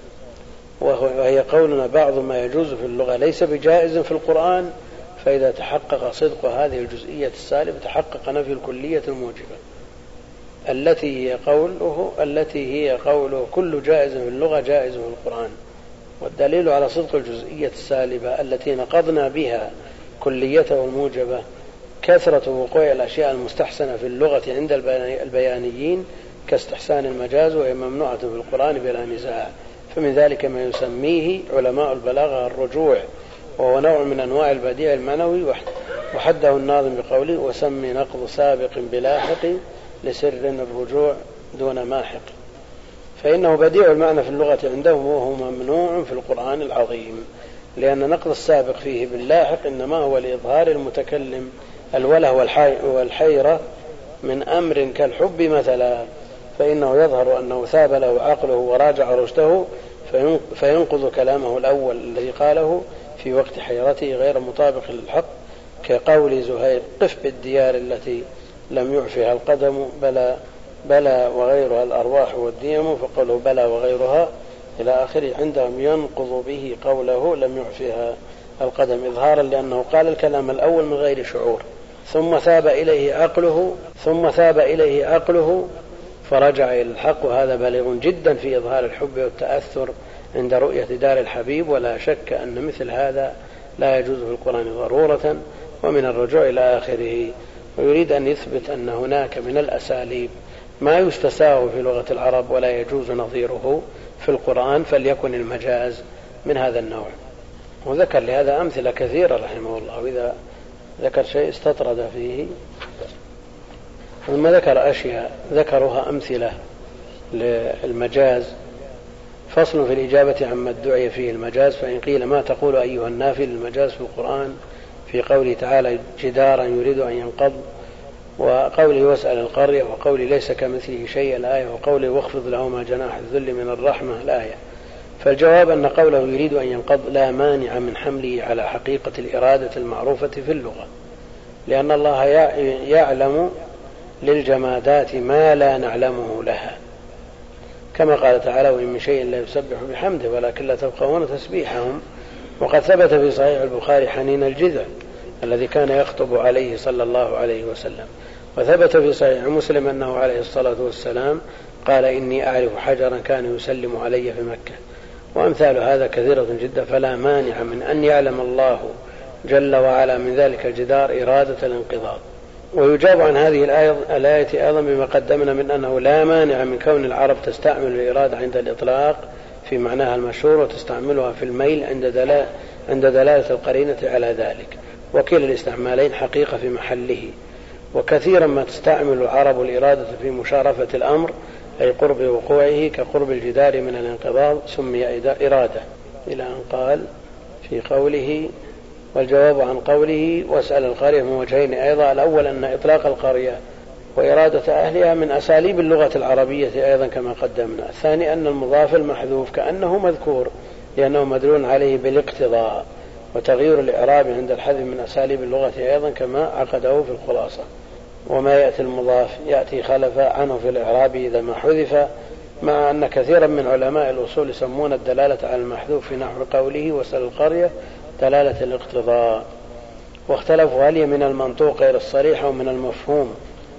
وهي قولنا بعض ما يجوز في اللغة ليس بجائز في القرآن، فإذا تحقق صدق هذه الجزئية السالبة تحقق نفي الكلية الموجبة التي هي قوله التي هي قوله كل جائز في اللغة جائز في القرآن. والدليل على صدق الجزئية السالبة التي نقضنا بها كليته الموجبة كثرة وقوع الأشياء المستحسنة في اللغة عند البيانيين كاستحسان المجاز وهي ممنوعة في القرآن بلا نزاع، فمن ذلك ما يسميه علماء البلاغة الرجوع، وهو نوع من أنواع البديع المعنوي، وحده الناظم بقوله وسمي نقض سابق بلاحق لسر الرجوع دون ماحق، فإنه بديع المعنى في اللغة عندهم وهو ممنوع في القرآن العظيم، لأن نقض السابق فيه باللاحق إنما هو لإظهار المتكلم الوله والحيرة من أمر كالحب مثلا، فإنه يظهر أنه ثاب له عقله وراجع رشده فينقض كلامه الأول الذي قاله في وقت حيرته غير مطابق للحق، كقول زهير قف بالديار التي لم يعفها القدم بلى بلى وغيرها الأرواح والديم، فقوله بلى وغيرها إلى آخره عندهم ينقض به قوله لم يعفها القدم، إظهارا لأنه قال الكلام الأول من غير شعور، ثم ثاب إليه عقله ثم ثاب إليه عقله فرجع إلى الحق، وهذا بالغ جدا في إظهار الحب والتأثر عند رؤية دار الحبيب. ولا شك أن مثل هذا لا يجوز في القرآن ضرورة، ومن الرجوع إلى آخره. ويريد أن يثبت أن هناك من الأساليب ما يستساغ في لغة العرب ولا يجوز نظيره في القرآن، فليكن المجاز من هذا النوع. وذكر لهذا أمثلة كثيرة رحمه الله، وإذا ذكر شيء استطرد فيه. ثم ذكر أشياء ذكرها أمثلة للمجاز. فصل في الإجابة عما ادعي فيه المجاز. فإن قيل ما تقول أيها النافي للمجاز في القرآن في قوله تعالى جدارا يريد أن ينقض، وقوله واسأل القرية، وقوله ليس كمثله شيء الآية، وقوله واخفض لهما جناح الذل من الرحمة الآية. فالجواب أن قوله يريد أن ينقض لا مانع من حمله على حقيقة الإرادة المعروفة في اللغة، لأن الله يعلم للجمادات ما لا نعلمه لها، كما قال تعالى وإن من شيء لا يسبح بحمده ولكن لا تفقهون تسبيحهم. وقد ثبت في صحيح البخاري حنين الجذع الذي كان يخطب عليه صلى الله عليه وسلم. وثبت في صحيح مسلم أنه عليه الصلاة والسلام قال إني أعرف حجرا كان يسلم علي في مكة. وأمثال هذا كثيرة جدا، فلا مانع من أن يعلم الله جل وعلا من ذلك الجدار إرادة الانقضاض. ويجاب عن هذه الآية أيضا بما قدمنا من أنه لا مانع من كون العرب تستعمل الإرادة عند الإطلاق في معناها المشهور، وتستعملها في الميل عند دلالة, عند دلالة القرينة على ذلك، وكلا الاستعمالين حقيقة في محله. وكثيرا ما تستعمل العرب الإرادة في مشارفة الأمر أي قرب وقوعه، كقرب الجدار من الانقضاض سمي إرادة، إلى أن قال في قوله والجواب عن قوله واسأل القرية من وجهين أيضا. الأول أن إطلاق القرية وإرادة أهلها من أساليب اللغة العربية أيضا كما قدمنا. الثاني أن المضاف المحذوف كأنه مذكور لأنه مدلول عليه بالاقتضاء، وتغيير الإعراب عند الحذف من أساليب اللغة أيضا كما عقده في الخلاصة. وما يأتي المضاف يأتي خلف عنه في الإعراب إذا ما حذف، مع أن كثيرا من علماء الأصول يسمون الدلالة على المحذوف في نحو قوله واسأل القرية دلالة الاقتضاء. واختلفوا هل هي من المنطوق غير الصريح أو من المفهوم،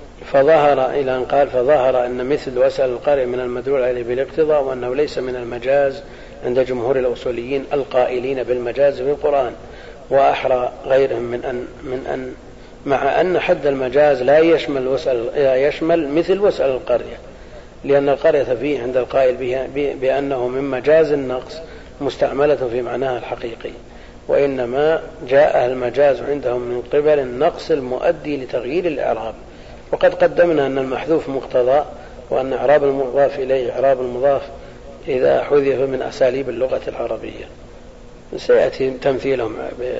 فظهر إلى أن قال فظهر أن مثل واسأل القرية من المدلول عليه بالاقتضاء، وأنه ليس من المجاز عند جمهور الأصوليين القائلين بالمجاز في القرآن. وأحرى غيرهم من أن, من أن مع أن حد المجاز لا يشمل, وسأل لا يشمل مثل واسأل القرية، لأن القرية فيه عند القائل بأنه من مجاز النقص مستعملة في معناها الحقيقي، وإنما جاء المجاز عندهم من قبل النقص المؤدي لتغيير الإعراب. وقد قدمنا أن المحذوف مقتضى، وأن إعراب المضاف إليه إعراب المضاف إذا حذف من أساليب اللغة العربية. سيأتي تمثيلهم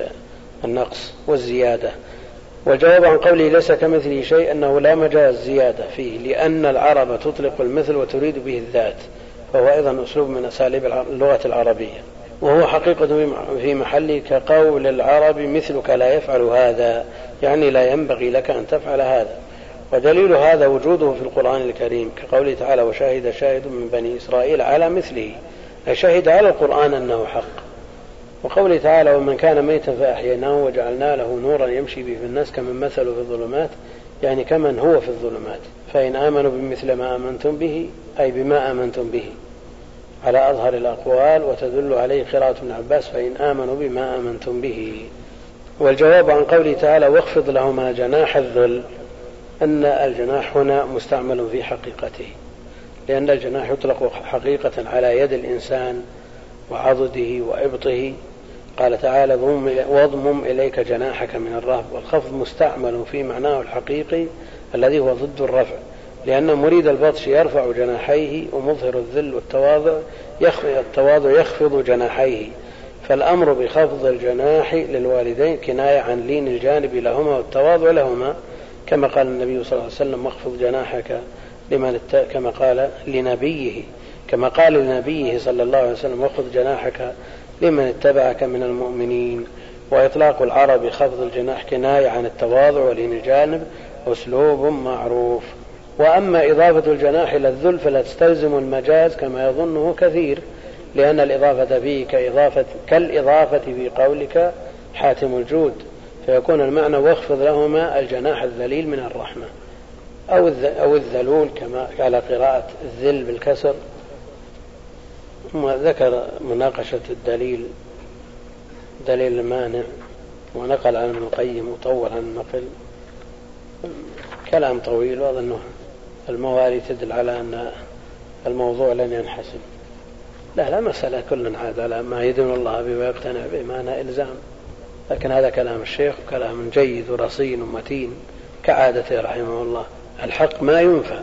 بالنقص والزيادة. والجواب عن قوله ليس كمثله شيء أنه لا مجاز زيادة فيه، لأن العرب تطلق المثل وتريد به الذات، فهو أيضا أسلوب من أساليب اللغة العربية، وهو حقيقة في محله كقول العرب مثلك لا يفعل هذا، يعني لا ينبغي لك أن تفعل هذا. ودليل هذا وجوده في القرآن الكريم كقوله تعالى وشاهد شاهد من بني إسرائيل على مثله، أي شهد على القرآن أنه حق. وقوله تعالى ومن كان ميتا فأحييناه وجعلنا له نورا يمشي به في الناس كمن مثل في الظلمات، يعني كمن هو في الظلمات. فإن آمنوا بمثل ما آمنتم به أي بما آمنتم به على أظهر الأقوال، وتدل عليه قراءة ابن عباس فإن آمنوا بما آمنتم به. والجواب عن قوله تعالى واخفض لهما جناح الذل، أن الجناح هنا مستعمل في حقيقته، لأن الجناح يطلق حقيقة على يد الإنسان وعضده وإبطه. قال تعالى واضمم إليك جناحك من الرهب، والخفض مستعمل في معناه الحقيقي الذي هو ضد الرفع، لأن مريد البطش يرفع جناحيه، ومظهر الذل والتواضع يخفض, التواضع يخفض جناحيه. فالأمر بخفض الجناح للوالدين كناية عن لين الجانب لهما والتواضع لهما، كما قال النبي صلى الله عليه وسلم واخفض جناحك لمن الت... كما قال لنبيه كما قال لنبيه صلى الله عليه وسلم واخفض جناحك لمن اتبعك من المؤمنين. وإطلاق العرب خفض الجناح كناية عن التواضع ولين الجانب أسلوب معروف. وأما إضافة الجناح إلى الذل فلا تستلزم المجاز كما يظنه كثير، لأن الإضافة فيه كإضافة كالإضافة في قولك حاتم الجود، فيكون المعنى واخفض لهما الجناح الذليل من الرحمة، أو الذلول كما على قراءة الذل بالكسر. ذكر مناقشة الدليل دليل المانع، ونقل عن ابن القيم وطول عن النقل كلام طويل، وأظنه المواري تدل على أن الموضوع لن ينحسم. لا لا مسألة كل عاد على ما يدين الله به ويقتنع به، ما أنا إلزام، لكن هذا كلام الشيخ كلام جيد ورصين ومتين كعادته رحمه الله. الحق ما ينفى،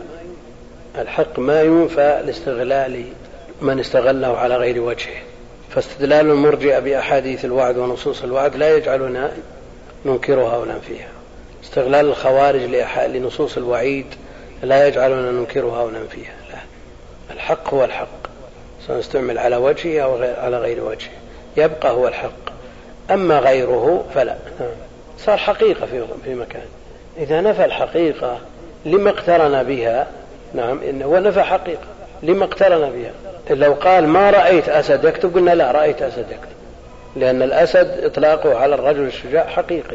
الحق ما ينفى لاستغلال من استغله على غير وجهه. فاستدلال المرجئة بأحاديث الوعد ونصوص الوعد لا يجعلنا ننكرها وننفيها، استغلال الخوارج لنصوص الوعيد لا يجعلنا ننكرها وننفيها. لا، الحق هو الحق سواء استعمل على وجهه أو على غير وجهه، يبقى هو الحق. أما غيره فلا، صار حقيقة في مكان. إذا نفى الحقيقة لما اقترن بها؟ نعم، إنه نفى حقيقة لما اقترن بها. لو قال ما رأيت أسد يكتب قلنا لا، رأيت أسد يكتب، لأن الأسد إطلاقه على الرجل الشجاع حقيقي،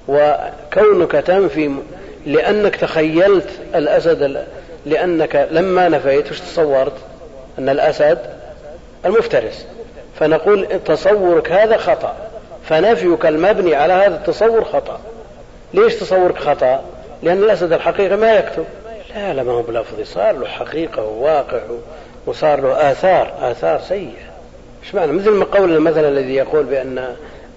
وكونك تنفي لأنك تخيلت الأسد، لأنك لما نفيت وش تصورت؟ أن الأسد المفترس، فنقول تصورك هذا خطأ، فنفيك المبني على هذا التصور خطأ. ليش تصورك خطأ؟ لأن الأسد الحقيقي ما يكتب. لا لا، ما هو بلفظي، صار له حقيقة وواقع وصار له آثار آثار سيئة. إيش معنى؟ مثل ما قول المثل الذي يقول بأن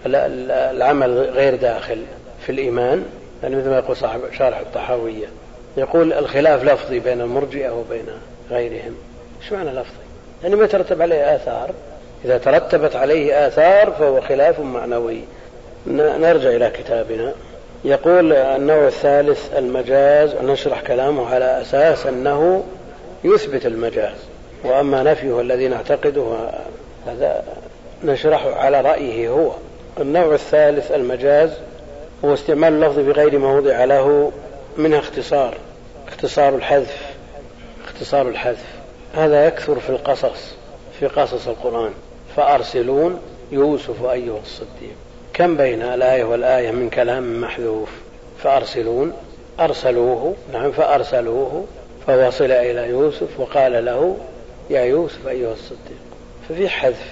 العمل غير داخل في الإيمان، يعني مثل ما يقول صاحب شارح الطحاوية، يقول الخلاف لفظي بين المرجئة وبين غيرهم. إيش معنى لفظي؟ يعني ما ترتب عليه آثار، إذا ترتبت عليه آثار فهو خلاف معنوي. نرجع إلى كتابنا. يقول النوع الثالث المجاز، ونشرح كلامه على أساس أنه يثبت المجاز، وأما نفيه الذي نعتقده هذا نشرحه على رأيه هو. النوع الثالث المجاز هو استعمال اللفظ بغير موضع له، منها اختصار اختصار الحذف اختصار الحذف هذا يكثر في القصص، في قصص القرآن. فأرسلون يوسف أيها الصديق، كم بين الآية والآية من كلام محذوف. فأرسلون أرسلوه، نعم، فأرسلوه فوصل إلى يوسف وقال له يا يوسف أيها الصديق، ففي حذف.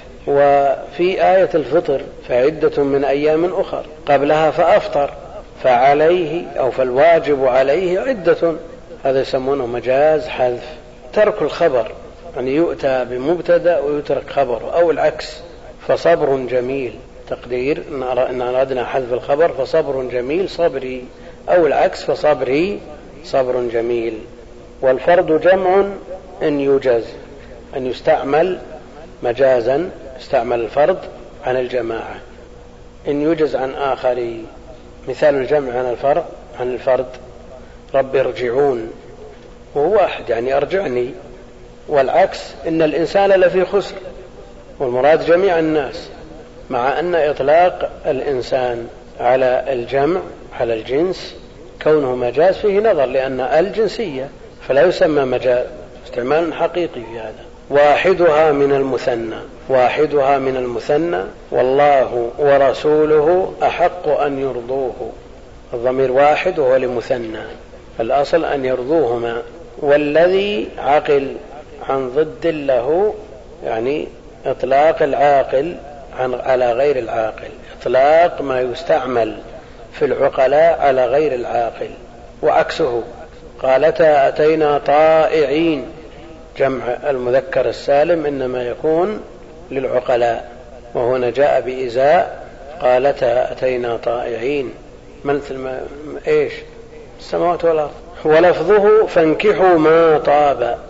وفي آية الفطر فعدة من أيام أخر، قبلها فأفطر، فعليه أو فالواجب عليه عدة، هذا يسمونه مجاز حذف. ترك الخبر، يعني يؤتى بمبتدأ ويترك خبره، أو العكس، فصبر جميل، تقدير إن أردنا حذف الخبر فصبر جميل صبري، أو العكس فصبري صبر جميل. والفرد جمع إن يجز، أن يستعمل مجازا، استعمل الفرد عن الجماعة، إن يجز عن آخر. مثال الجمع عن الفرد عن الفرد رب ارجعون، وهو واحد يعني أرجعني. والعكس إن الإنسان لفي خسر، والمراد جميع الناس، مع أن إطلاق الإنسان على الجمع على الجنس كونه مجاز فيه نظر، لأن الجنسية فلا يسمى مجاز، استعمال حقيقي في هذا. واحدها من المثنى، واحدها من المثنى، والله ورسوله أحق أن يرضوه. الضمير واحد وهو لمثنى، الأصل أن يرضوهما. والذي عقل عن ضد له، يعني إطلاق العاقل عن على غير العاقل، إطلاق ما يستعمل في العقلاء على غير العاقل. وعكسه قالتا أتينا طائعين، جمع المذكر السالم إنما يكون للعقلاء، وهنا جاء بإزاء قالتا أتينا طائعين، مثل ما إيش السماوات والأرض. ولفظه فانكحوا ما طاب،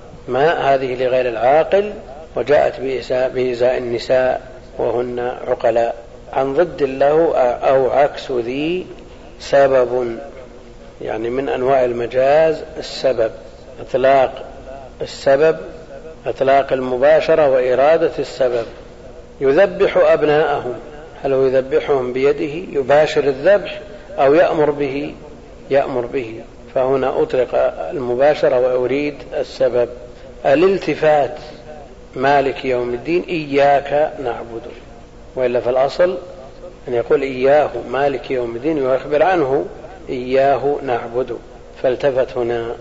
ما هذه لغير العاقل، وجاءت بإزاء النساء وهن عقلاء. عن ضد له أو عكس ذي سبب، يعني من أنواع المجاز السبب، إطلاق السبب، إطلاق المباشرة وإرادة السبب. يذبح أبناءهم، هل يذبحهم بيده يباشر الذبح أو يأمر به؟ يأمر به. فهنا أطلق المباشرة وأريد السبب. الالتفات مالك يوم الدين إياك نعبد، وإلا في الأصل أن يقول إياه مالك يوم الدين ويخبر عنه إياه نعبد، فالتفت هنا.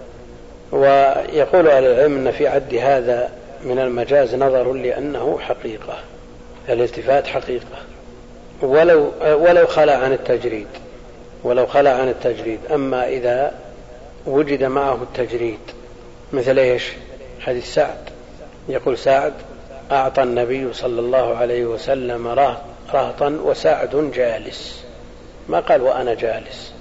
ويقول أهل العلم أن في عد هذا من المجاز نظر لأنه حقيقة، الالتفات حقيقة ولو, ولو خلع عن التجريد ولو خلع عن التجريد. أما إذا وجد معه التجريد مثل إيش؟ حديث سعد، يقول سعد أعطى النبي صلى الله عليه وسلم رهطا وسعد جالس، ما قال وأنا جالس،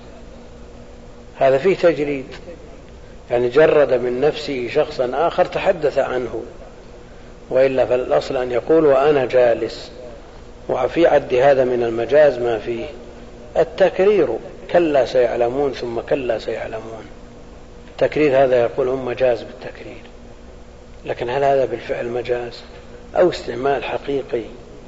هذا فيه تجريد، يعني جرد من نفسه شخصا آخر تحدث عنه، وإلا فالأصل أن يقول وأنا جالس. وفي عد هذا من المجاز ما فيه التكرير، كلا سيعلمون ثم كلا سيعلمون، التكرير هذا يقول هم مجاز بالتكرير، لكن هل هذا بالفعل مجاز أو استعمال حقيقي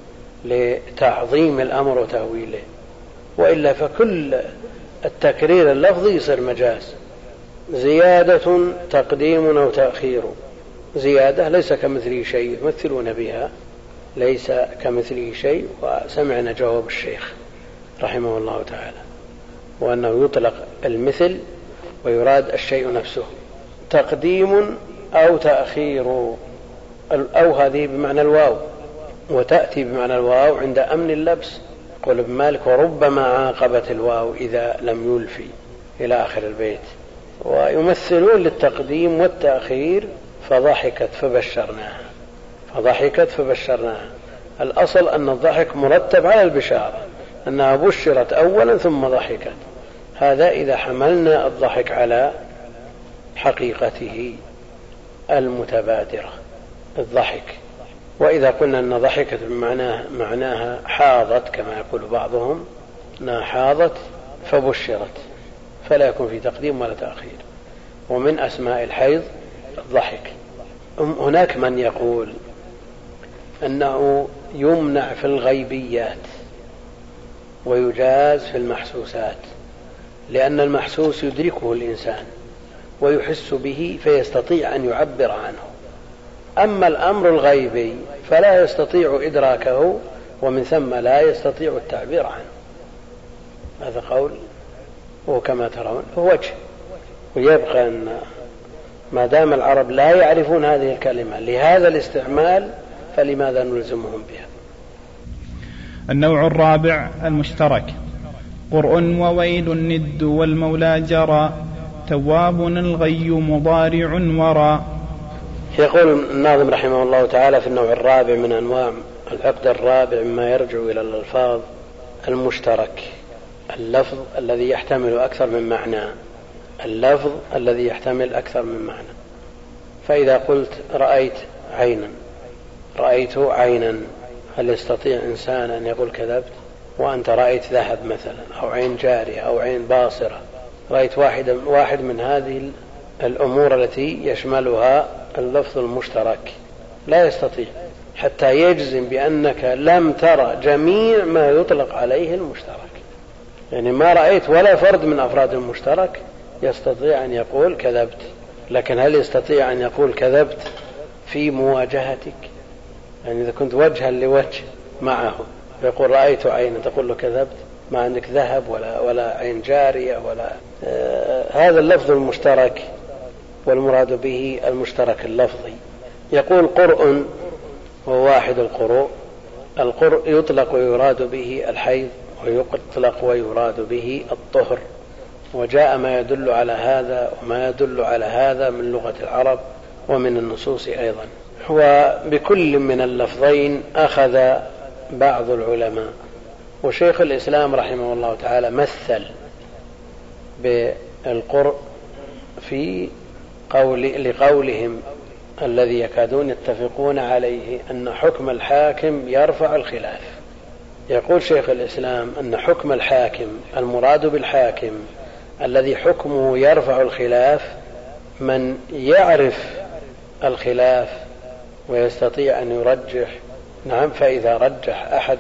لتعظيم الأمر وتأويله؟ وإلا فكل التكرير اللفظي يصير مجاز. زيادة تقديم أو تأخير، زيادة ليس كمثله شيء يمثلون بها، ليس كمثله شيء. وسمعنا جواب الشيخ رحمه الله تعالى، وأنه يطلق المثل ويراد الشيء نفسه. تقديم أو تأخير، أو هذه بمعنى الواو، وتأتي بمعنى الواو عند أمن اللبس، قول ابن مالك وربما عاقبت الواو إذا لم يلفي إلى آخر البيت. ويمثلون للتقديم والتأخير فضحكت فبشرناها، فضحكت فبشرناها. الأصل أن الضحك مرتب على البشارة، أنها بشرت أولا ثم ضحكت، هذا إذا حملنا الضحك على حقيقته المتبادرة الضحك. وإذا قلنا أن ضحكت بمعناها معناها حاضت كما يقول بعضهم، أنها حاضت فبشرت، فلا يكون في تقديم ولا تأخير. ومن أسماء الحيض الضحك. هناك من يقول أنه يمنع في الغيبيات ويجاز في المحسوسات، لأن المحسوس يدركه الإنسان ويحس به فيستطيع أن يعبر عنه، أما الأمر الغيبي فلا يستطيع إدراكه ومن ثم لا يستطيع التعبير عنه. هذا قول، وكما ترون هو وجه. ويبقى أن ما دام العرب لا يعرفون هذه الكلمة لهذا الاستعمال فلماذا نلزمهم بها؟ النوع الرابع المشترك. قرء وويل الند والمولى جرى، تواب الغي مضارع ورى. يقول الناظم رحمه الله تعالى في النوع الرابع من أنواع العقد الرابع مما يرجع إلى الألفاظ المشترك، اللفظ الذي يحتمل أكثر من معنى، اللفظ الذي يحتمل أكثر من معنى. فإذا قلت رأيت عينا، رأيت عينا، هل يستطيع إنسان أن يقول كذبت؟ وأنت رأيت ذهب مثلا، أو عين جارية، أو عين باصرة، رأيت واحد, واحد من هذه الأمور التي يشملها اللفظ المشترك، لا يستطيع حتى يجزم بأنك لم ترى جميع ما يطلق عليه المشترك، يعني ما رأيت ولا فرد من أفراد المشترك يستطيع أن يقول كذبت. لكن هل يستطيع أن يقول كذبت في مواجهتك؟ يعني إذا كنت وجها لوجه معه يقول رأيت عينا تقول له كذبت؟ ما عندك ذهب ولا, ولا عين جارية ولا آه هذا اللفظ المشترك، والمراد به المشترك اللفظي. يقول قرء هو واحد القروء. القرء يطلق ويراد به الحيض، ويطلق ويراد به الطهر، وجاء ما يدل على هذا وما يدل على هذا من لغة العرب ومن النصوص أيضا. وبكل من اللفظين أخذ بعض العلماء، وشيخ الإسلام رحمه الله تعالى مثل بالقرء في قول لقولهم الذي يكادون يتفقون عليه أن حكم الحاكم يرفع الخلاف. يقول شيخ الإسلام أن حكم الحاكم، المراد بالحاكم الذي حكمه يرفع الخلاف من يعرف الخلاف ويستطيع أن يرجح. نعم، فإذا رجح أحد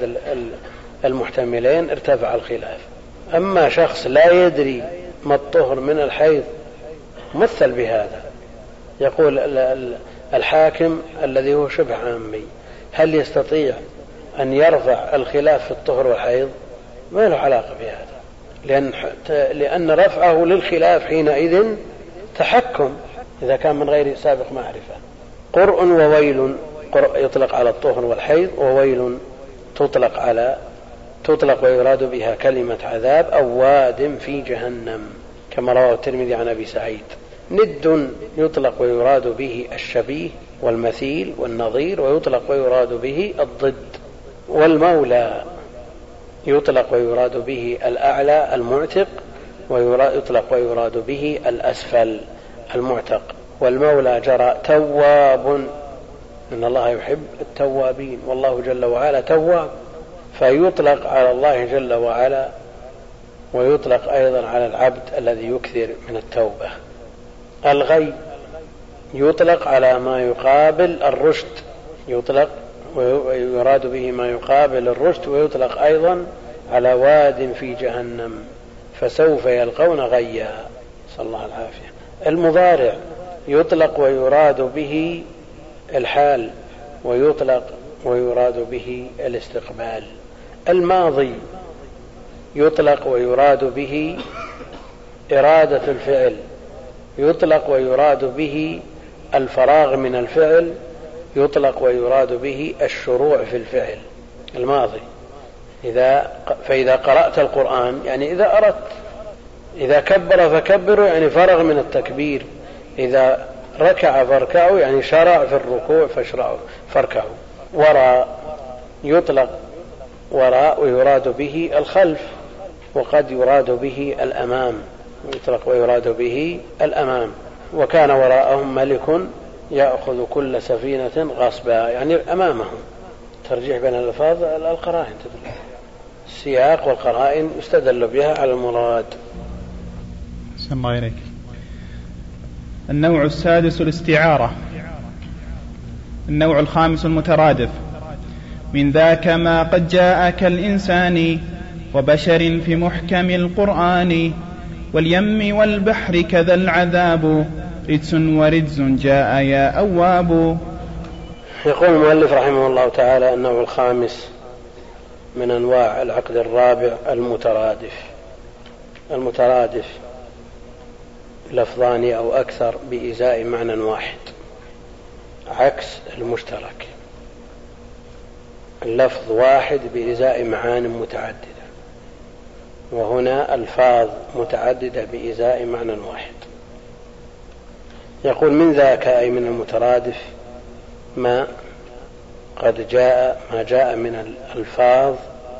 المحتملين ارتفع الخلاف. أما شخص لا يدري ما الطهر من الحيض مثل بهذا. يقول الحاكم الذي هو شبه عامي هل يستطيع أن يرفع الخلاف في الطهر والحيض؟ ما له علاقة بهذا، لأن, لأن رفعه للخلاف حينئذ تحكم إذا كان من غير سابق معرفة. قرء وويل، قرء يطلق على الطهر والحيض، وويل تطلق على تطلق ويراد بها كلمة عذاب أو واد في جهنم، كما رواه الترمذي عن أبي سعيد. ند يطلق ويراد به الشبيه والمثيل والنظير، ويطلق ويراد به الضد. والمولى يطلق ويراد به الأعلى المعتق، ويطلق ويراد به الأسفل المعتق. والمولى جرى تواب، إن الله يحب التوابين، والله جل وعلا تواب، فيطلق على الله جل وعلا، ويطلق أيضا على العبد الذي يكثر من التوبة. الغي يطلق على ما يقابل الرشد، يطلق ويراد به ما يقابل الرشد، ويطلق أيضا على واد في جهنم فسوف يلقون غيا، صلى الله العافية. المضارع يطلق ويراد به الحال، ويطلق ويراد به الاستقبال. الماضي يطلق ويراد به إرادة الفعل، يطلق ويراد به الفراغ من الفعل، يطلق ويراد به الشروع في الفعل الماضي. إذا فإذا قرأت القرآن يعني إذا أردت، إذا كبر فكبروا يعني فرغ من التكبير، إذا ركع فاركعوا يعني شرع في الركوع فاشرعوا فاركعوا. وراء يطلق وراء ويراد به الخلف، وقد يراد به الأمام، يطلق ويراد به الأمام. وكان وراءهم ملك يأخذ كل سفينة غصبا، يعني أمامهم. ترجيح بين الألفاظ القرائن تدل، السياق والقرائن يستدل بها على المراد. أحسن الله إليك. النوع السادس الاستعارة. النوع الخامس المترادف. من ذاك ما قد جاء كالإنسان وبشر في محكم القرآن، واليم والبحر كذا العذاب، رجس ورجز جاء يا أواب. يقول المؤلف رحمه الله تعالى: النوع الخامس من أنواع العقد الرابع المترادف. المترادف لفظان أو أكثر بإزاء معنى واحد، عكس المشترك. اللفظ واحد بإزاء معان متعددة، وهنا ألفاظ متعددة بإزاء معنى واحد. يقول: من ذاك أي من المترادف ما قد جاء ما جاء من الألفاظ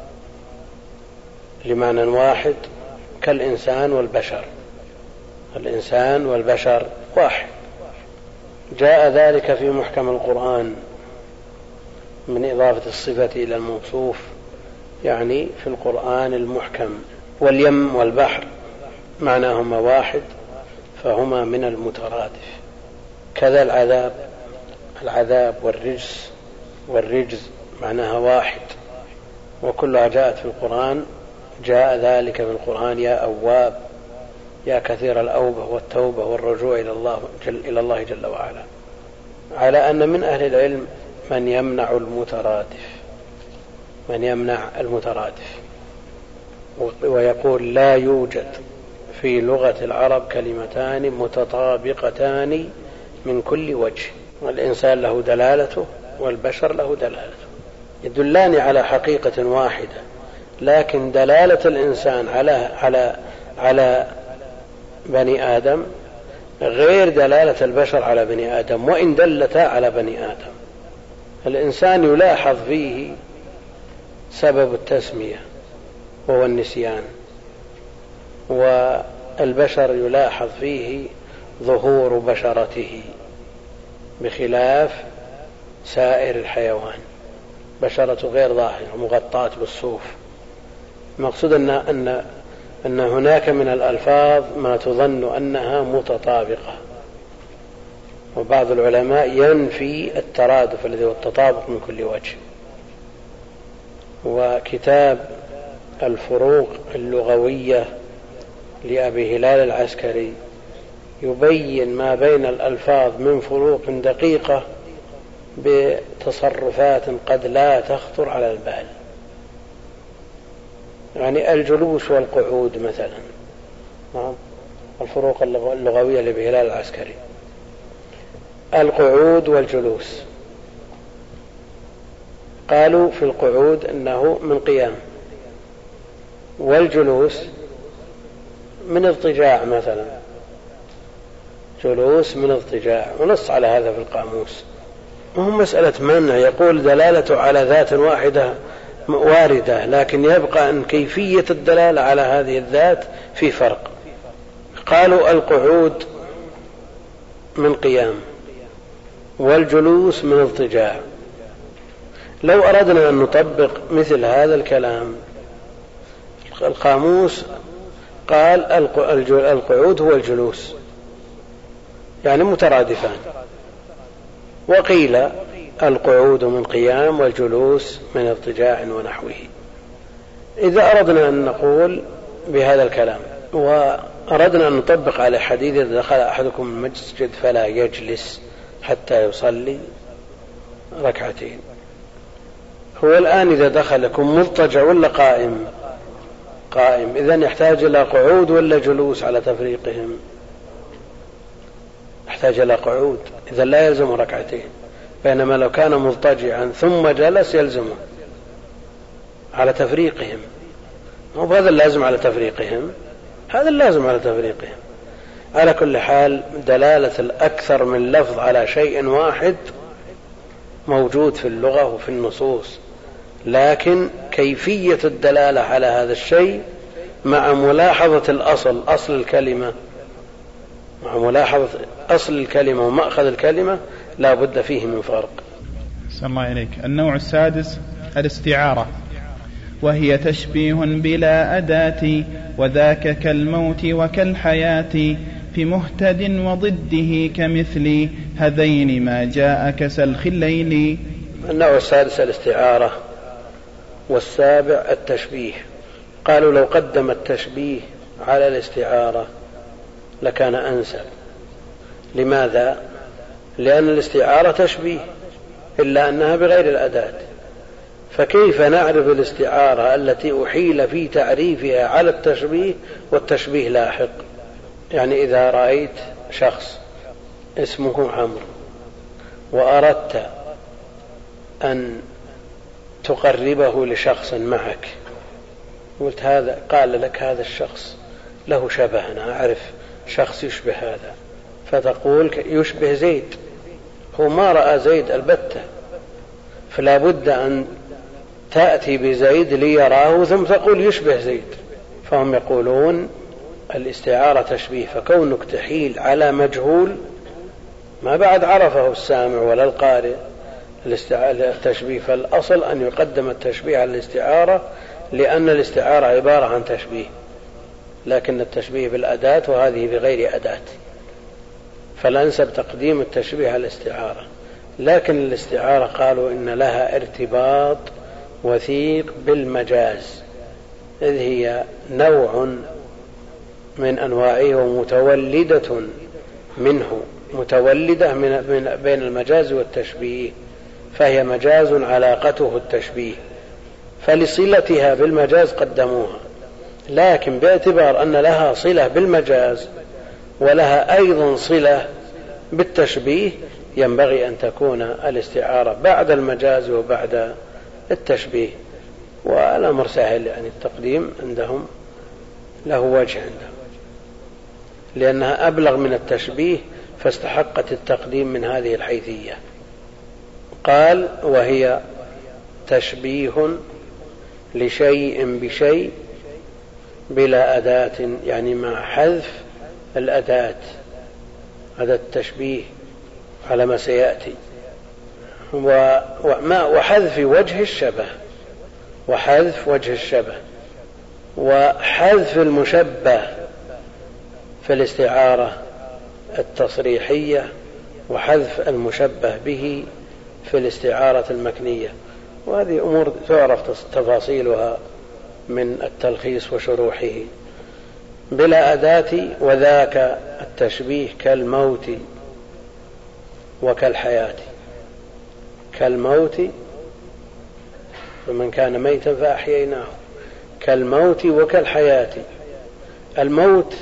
لمعنى واحد كالإنسان والبشر. الإنسان والبشر واحد، جاء ذلك في محكم القرآن من إضافة الصفة إلى الموصوف، يعني في القرآن المحكم. واليم والبحر معناهما واحد فهما من المترادف. كذا العذاب، العذاب والرجس والرجز معناها واحد، وكلها جاءت في القرآن. جاء ذلك في القرآن يا أواب، يا كثير الأوبة والتوبة والرجوع إلى الله جل, إلى الله جل وعلا. على أن من أهل العلم من يمنع المترادف، من يمنع المترادف ويقول: لا يوجد في لغة العرب كلمتان متطابقتان من كل وجه. الإنسان له دلالته والبشر له دلالته، يدلان على حقيقة واحدة، لكن دلالة الإنسان على على على بني آدم غير دلالة البشر على بني آدم، وإن دلتا على بني آدم. الإنسان يلاحظ فيه سبب التسمية وهو النسيان، والبشر يلاحظ فيه ظهور بشرته، بخلاف سائر الحيوان بشرته غير ظاهرة مغطاة بالصوف. المقصود أن, أن, أن هناك من الألفاظ ما تظن أنها متطابقة، وبعض العلماء ينفي الترادف الذي هو التطابق من كل وجه. وكتاب الفروق اللغوية لأبي هلال العسكري يبين ما بين الألفاظ من فروق دقيقة بتصرفات قد لا تخطر على البال. يعني الجلوس والقعود مثلا، الفروق اللغوية لبهلال العسكري، القعود والجلوس، قالوا في القعود أنه من قيام، والجلوس من اضطجاع مثلا، جلوس من اضطجاع، ونص على هذا في القاموس. وهم مسألة منع، يقول دلالة على ذات واحدة واردة، لكن يبقى أن كيفية الدلالة على هذه الذات في فرق. قالوا القعود من قيام والجلوس من اضطجاع. لو أردنا أن نطبق مثل هذا الكلام، القاموس قال القعود هو الجلوس، يعني مترادفان، وقيل القعود من قيام والجلوس من اضطجاع ونحوه. إذا أردنا أن نقول بهذا الكلام وأردنا أن نطبق على حديث إذا دخل أحدكم المسجد فلا يجلس حتى يصلي ركعتين، هو الآن إذا دخلكم مضطجع ولا قائم؟ قائم، إذن يحتاج إلى قعود ولا جلوس على تفريقهم؟ يحتاج إلى قعود، إذن لا يلزم ركعتين، بينما لو كان مضطجعا ثم جلس يلزمه على تفريقهم. مو بهذا اللازم على تفريقهم، هذا اللازم على تفريقهم. على كل حال دلالة الأكثر من لفظ على شيء واحد موجود في اللغة وفي النصوص، لكن كيفية الدلالة على هذا الشيء مع ملاحظة الأصل، أصل الكلمة، مع ملاحظة أصل الكلمة ومأخذ الكلمة لا بد فيه من فرق. صلى الله إليك. النوع السادس الاستعارة، وهي تشبيه بلا أداة، وذاك كالموت وكالحياة، في مهتد وضده كمثل هذين ما جاء كسلخ الليل. النوع السادس الاستعارة، والسابع التشبيه. قالوا لو قدم التشبيه على الاستعارة لكان أنسب. لماذا؟ لأن الاستعارة تشبيه إلا أنها بغير الأداة، فكيف نعرف الاستعارة التي أحيل في تعريفها على التشبيه والتشبيه لاحق؟ يعني إذا رأيت شخص اسمه عمرو وأردت أن تقربه لشخص معك، قلت هذا، قال لك هذا الشخص له شبه، أنا أعرف شخص يشبه هذا، فتقول يشبه زيد، هو ما رأى زيد البتة، فلا بد أن تأتي بزيد ليراه ثم تقول يشبه زيد. فهم يقولون الاستعارة تشبيه، فكونك تحيل على مجهول ما بعد عرفه السامع ولا القارئ التشبيه، فالأصل أن يقدم التشبيه على الاستعارة، لأن الاستعارة عبارة عن تشبيه، لكن التشبيه بالأداة وهذه بغير أداة، فالأنسب تقديم التشبيه على الاستعارة. لكن الاستعارة قالوا إن لها ارتباط وثيق بالمجاز، إذ هي نوع من أنواعه ومتولدة منه، متولدة من بين المجاز والتشبيه، فهي مجاز علاقته التشبيه، فلصلتها بالمجاز قدموها، لكن باعتبار أن لها صلة بالمجاز ولها أيضا صلة بالتشبيه ينبغي أن تكون الاستعارة بعد المجاز وبعد التشبيه، والأمر سهل، يعني التقديم عندهم له وجه عندهم لأنها أبلغ من التشبيه فاستحقت التقديم من هذه الحيثية. قال وهي تشبيه لشيء بشيء بلا أداة، يعني مع حذف الأداة، هذا التشبيه على ما سيأتي، وحذف وجه الشبه، وحذف وجه الشبه وحذف المشبه في الاستعارة التصريحية، وحذف المشبه به في الاستعارة المكنية، وهذه أمور تعرف تفاصيلها من التلخيص وشروحه. بلا أداة، وذاك التشبيه كالموت وكالحياة. كالموت فمن كان ميتا فأحييناه، كالموت وكالحياة. الموت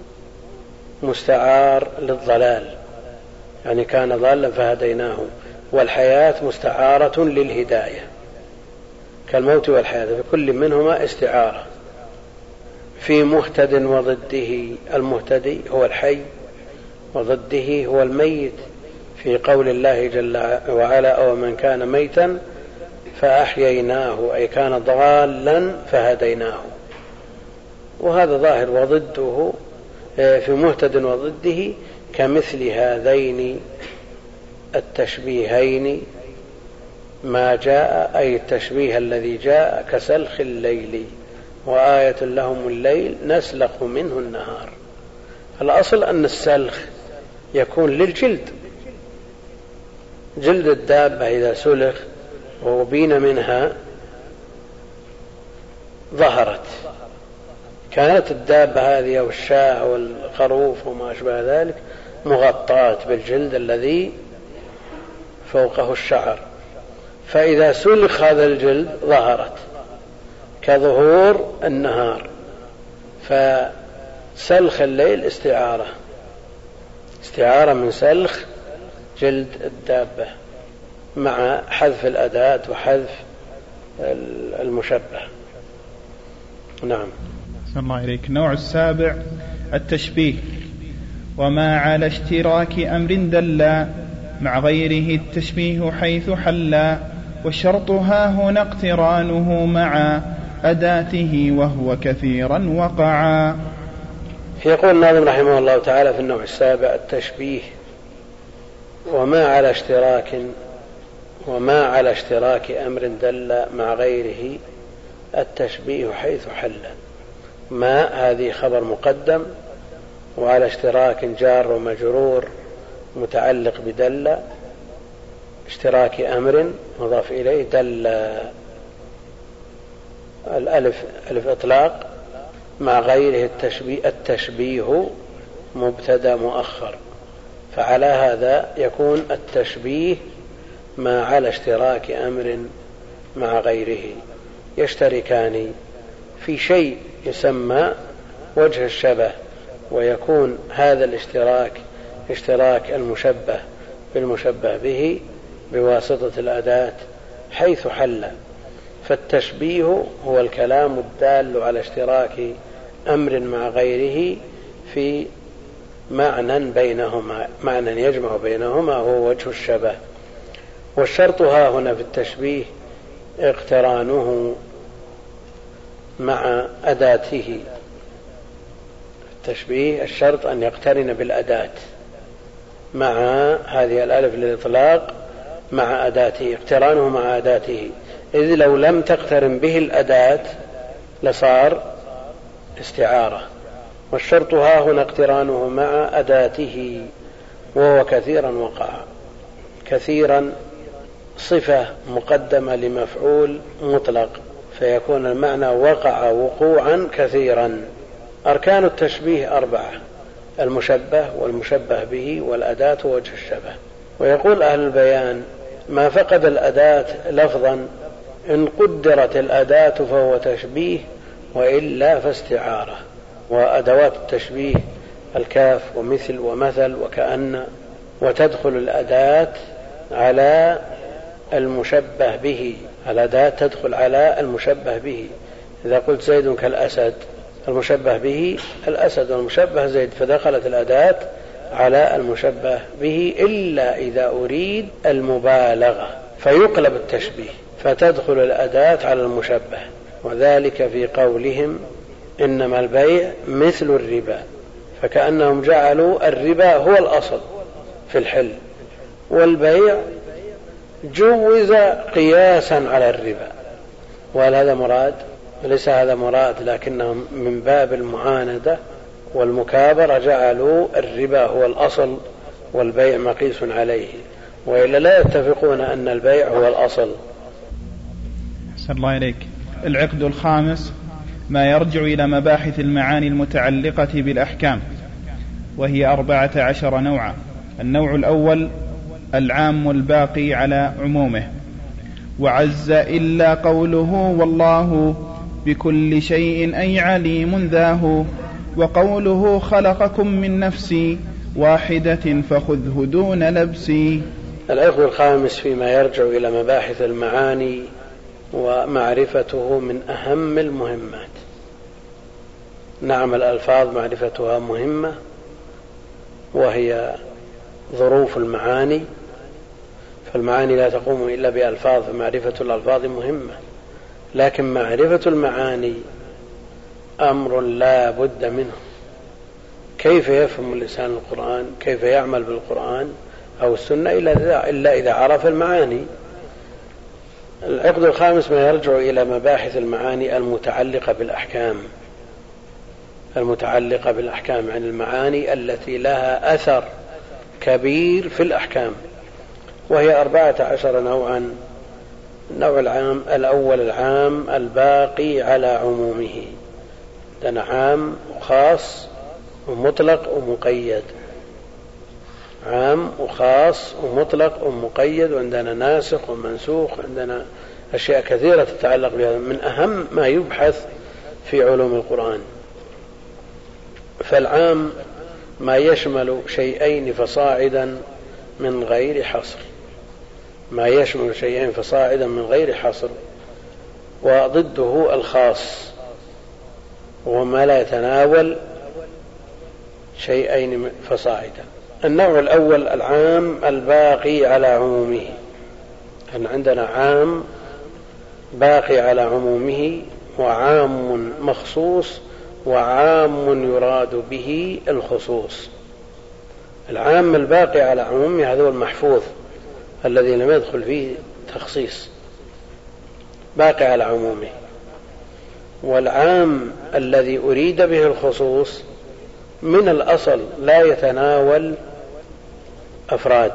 مستعار للضلال، يعني كان ضالا فهديناه، والحياة مستعارة للهداية. كالموت والحياة في كل منهما استعارة. في مهتد وضده، المهتدي هو الحي وضده هو الميت، في قول الله جل وعلا أو من كان ميتا فأحييناه، أي كان ضالا فهديناه. وهذا ظاهر. وضده في مهتد وضده كمثل هذين التشبيهين ما جاء، أي التشبيه الذي جاء كسلخ الليل وآية لهم الليل نسلخ منه النهار. الأصل أن السلخ يكون للجلد، جلد الدابة إذا سلخ وبين منها ظهرت، كانت الدابة هذه أو الشاة أو الخروف وما أشبه ذلك مغطاة بالجلد الذي فوقه الشعر، فإذا سلخ هذا الجلد ظهرت كظهور النهار. فسلخ الليل استعارة استعارة من سلخ جلد الدابة مع حذف الأداة وحذف المشبه. نعم. أحسن الله إليك. النوع السابع التشبيه، وما على اشتراك أمر دل مع غيره التشبيه حيث حل، والشرط ها هنا اقترانه مع أداته وهو كثيرا وقعا. يقول الناظم رحمه الله تعالى في النوع السابع التشبيه، وما على اشتراك وما على اشتراك أمر دل مع غيره التشبيه حيث حل. ما هذه خبر مقدم، وعلى اشتراك جار ومجرور متعلق بدل، اشتراك أمر مضاف إليه، دل الألف ألف إطلاق، مع غيره التشبيه التشبيه مبتدا مؤخر، فعلى هذا يكون التشبيه ما على اشتراك أمر مع غيره، يشتركان في شيء يسمى وجه الشبه، ويكون هذا الاشتراك اشتراك المشبه بالمشبه به بواسطة الأداة حيث حل. فالتشبيه هو الكلام الدال على اشتراك أمر مع غيره في معنى بينهما، معنى يجمع بينهما هو وجه الشبه. والشرط ها هنا في التشبيه اقترانه مع أداته. التشبيه الشرط أن يقترن بالأداة مع هذه الألف للإطلاق مع أداته، اقترانه مع أداته، إذ لو لم تقترن به الأداة لصار استعارة. والشرط ها هنا اقترانه مع أداته وهو كثيرا وقع. كثيرا صفة مقدمة لمفعول مطلق، فيكون المعنى وقع وقوعا كثيرا. أركان التشبيه أربعة: المشبه والمشبه به والأداة ووجه الشبه. ويقول أهل البيان: ما فقد الأداة لفظا إن قدرت الأداة فهو تشبيه، وإلا فاستعارة. وأدوات التشبيه الكاف ومثل ومثل وكأن، وتدخل الأداة على المشبه به، الأداة تدخل على المشبه به. إذا قلت زيد كالأسد، المشبه به الأسد والمشبه زيد، فدخلت الأداة على المشبه به، إلا إذا أريد المبالغة فيقلب التشبيه فتدخل الأداة على المشبه. وذلك في قولهم إنما البيع مثل الربا، فكأنهم جعلوا الربا هو الأصل في الحل، والبيع جوز قياسا على الربا. وهل هذا مراد؟ ليس هذا مراد، لكنهم من باب المعاندة والمكابرة جعلوا الربا هو الأصل والبيع مقيس عليه، وإلا لا يتفقون أن البيع هو الأصل. أحسن الله إليك. العقد الخامس ما يرجع إلى مباحث المعاني المتعلقة بالأحكام، وهي أربعة عشر نوعا. النوع الأول العام الباقي على عمومه، وعز إلا قوله والله بكل شيء أي عليم ذاه، وقوله خلقكم من نفس واحدة فخذه دون لبس. العقد الخامس فيما يرجع إلى مباحث المعاني ومعرفته من أهم المهمات. نعم الألفاظ معرفتها مهمة، وهي ظروف المعاني، فالمعاني لا تقوم إلا بألفاظ، فمعرفة الألفاظ مهمة، لكن معرفة المعاني أمر لا بد منه. كيف يفهم الإنسان القرآن، كيف يعمل بالقرآن أو السنة إلا إذا عرف المعاني. العقد الخامس ما يرجع إلى مباحث المعاني المتعلقة بالأحكام، المتعلقة بالأحكام عن المعاني التي لها أثر كبير في الأحكام، وهي أربعة عشر نوعا. النوع العام الأول العام الباقي على عمومه، عندنا عام وخاص ومطلق ومقيد، عام وخاص ومطلق ومقيد، وعندنا ناسخ ومنسوخ، عندنا أشياء كثيرة تتعلق بهذا، من أهم ما يبحث في علوم القرآن. فالعام ما يشمل شيئين فصاعدا من غير حصر، ما يشمل شيئين فصاعدا من غير حصر، وضده الخاص وهو ما لا يتناول شيئين فصاعدا. النوع الأول العام الباقي على عمومه، أن عندنا عام باقي على عمومه، وعام مخصوص، وعام يراد به الخصوص. العام الباقي على عمومه هذا هو المحفوظ الذي لم يدخل فيه تخصيص، باقي على عمومه. والعام الذي أريد به الخصوص من الأصل لا يتناول أفراد.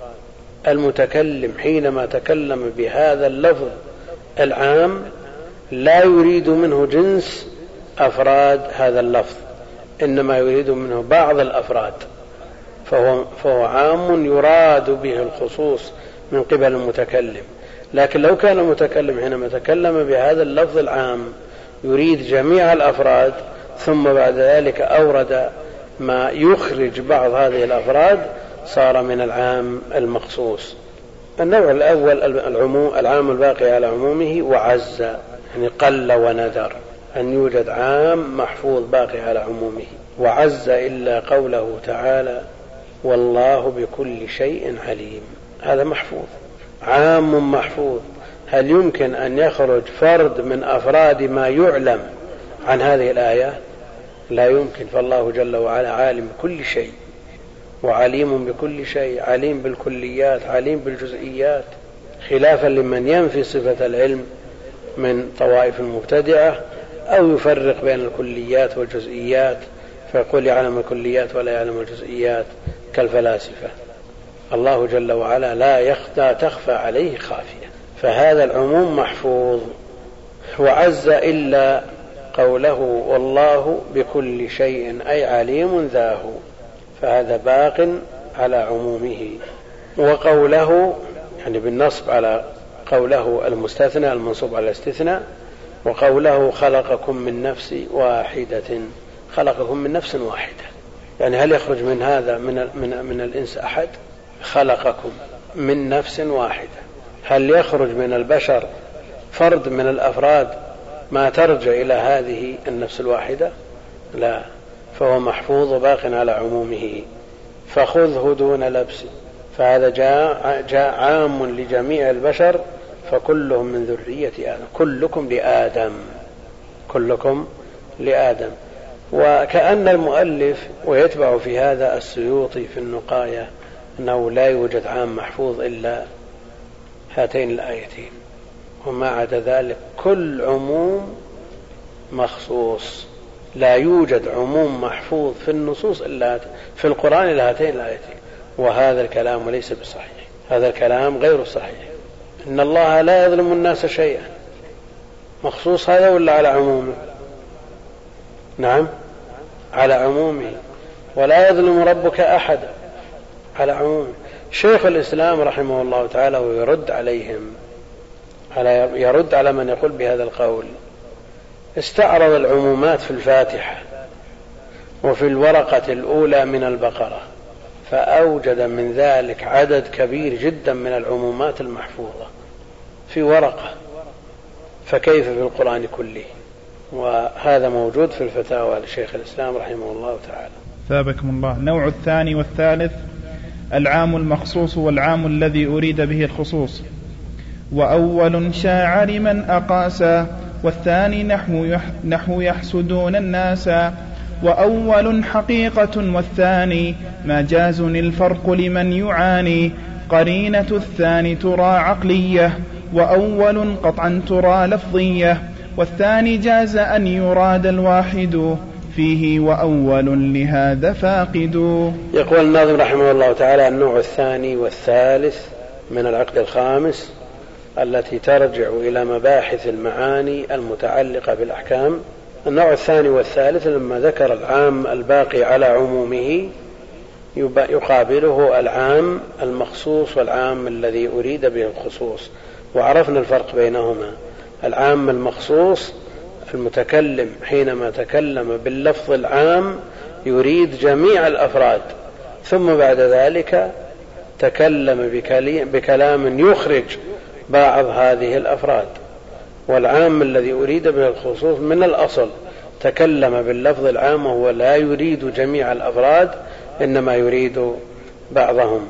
المتكلم حينما تكلم بهذا اللفظ العام لا يريد منه جنس أفراد هذا اللفظ، إنما يريد منه بعض الأفراد، فهو, فهو عام يراد به الخصوص من قبل المتكلم. لكن لو كان المتكلم حينما تكلم بهذا اللفظ العام يريد جميع الأفراد، ثم بعد ذلك أورد ما يخرج بعض هذه الأفراد، صار من العام المخصوص. النوع الأول العموم العام الباقي على عمومه، وعز يعني قل ونذر أن يوجد عام محفوظ باقي على عمومه. وعز إلا قوله تعالى والله بكل شيء عليم، هذا محفوظ، عام محفوظ. هل يمكن أن يخرج فرد من أفراد ما يعلم عن هذه الآية؟ لا يمكن، فالله جل وعلا عالم بكل شيء وعليم بكل شيء، عليم بالكليات عليم بالجزئيات، خلافا لمن ينفي صفة العلم من طوائف المبتدعة أو يفرق بين الكليات والجزئيات فيقول يعلم الكليات ولا يعلم الجزئيات كالفلاسفة. الله جل وعلا لا يخفى تخفى عليه خافية، فهذا العموم محفوظ. وعز إلا قوله والله بكل شيء أي عليم ذاه، فهذا باق على عمومه. وقوله يعني بالنصب على قوله المستثنى المنصوب على الاستثناء، وقوله خلقكم من نفس واحدة، خلقكم من نفس واحدة، يعني هل يخرج من هذا من, من, من الإنس أحد؟ خلقكم من نفس واحدة، هل يخرج من البشر فرد من الأفراد ما ترجع إلى هذه النفس الواحدة؟ لا، فهو محفوظ باق على عمومه. فخذه دون لبس، فهذا جاء, جاء عام لجميع البشر، فكلهم من ذرية آدم، كلكم لآدم، كلكم لآدم. وكأن المؤلف ويتبع في هذا السيوطي في النقاية أنه لا يوجد عام محفوظ إلا هاتين الآيتين، وما عدا ذلك كل عموم مخصوص، لا يوجد عموم محفوظ في النصوص إلا في القرآن إلا هاتين الآيتين. وهذا الكلام ليس بصحيح، هذا الكلام غير صحيح. إن الله لا يظلم الناس شيئا، مخصوص هذا ولا على عمومه؟ نعم على عمومه. ولا يظلم ربك أحدا على عمومه. شيخ الإسلام رحمه الله تعالى ويرد عليهم، على يرد على من يقول بهذا القول، استعرض العمومات في الفاتحة وفي الورقة الأولى من البقرة، فأوجد من ذلك عدد كبير جدا من العمومات المحفوظة في ورقة، فكيف في القرآن كله؟ وهذا موجود في الفتاوى لشيخ الإسلام رحمه الله تعالى. ثابكم الله. النوع الثاني والثالث العام المخصوص والعام الذي أريد به الخصوص. وأول شاع لمن أقاسا، والثاني نحو, يح نحو يحسدون الناس. وأول حقيقة والثاني مجاز الفرق لمن يعاني. قرينة الثاني ترى عقلية، وأول قطعا ترى لفظية، والثاني جاز أن يراد الواحد فيه، وأول لهذا فاقد. يقول الناظم رحمه الله تعالى: النوع الثاني والثالث من العقد الخامس التي ترجع إلى مباحث المعاني المتعلقة بالأحكام. النوع الثاني والثالث لما ذكر العام الباقي على عمومه يقابله العام المخصوص والعام الذي أريد به الخصوص، وعرفنا الفرق بينهما. العام المخصوص المتكلم حينما تكلم باللفظ العام يريد جميع الأفراد، ثم بعد ذلك تكلم بكلام يخرج بعض هذه الأفراد. والعام الذي أريد به الخصوص من الأصل تكلم باللفظ العام وهو لا يريد جميع الأفراد، إنما يريد بعضهم.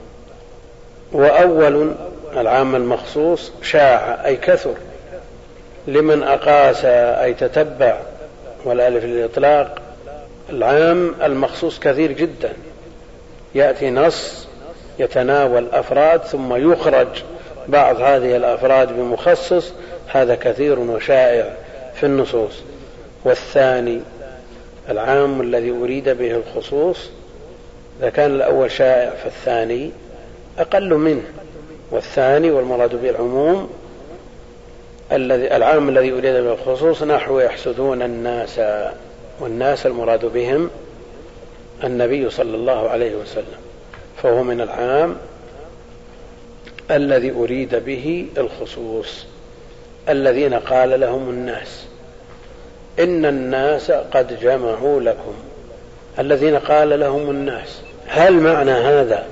وأول العام المخصوص شاع أي كثر، لمن أقاس أي تتبع، والألف للإطلاق. العام المخصوص كثير جدا، يأتي نص يتناول أفراد ثم يخرج بعض هذه الأفراد بمخصص، هذا كثير وشائع في النصوص. والثاني العام الذي أريد به الخصوص، إذا كان الأول شائع فالثاني أقل منه. والثاني والمراد به العموم الذي العام الذي أريد به الخصوص نحو يحسدون الناس، والناس المراد بهم النبي صلى الله عليه وسلم، فهو من العام الذي أريد به الخصوص. الذين قال لهم الناس إن الناس قد جمعوا لكم. الذين قال لهم الناس، هل معنى هذا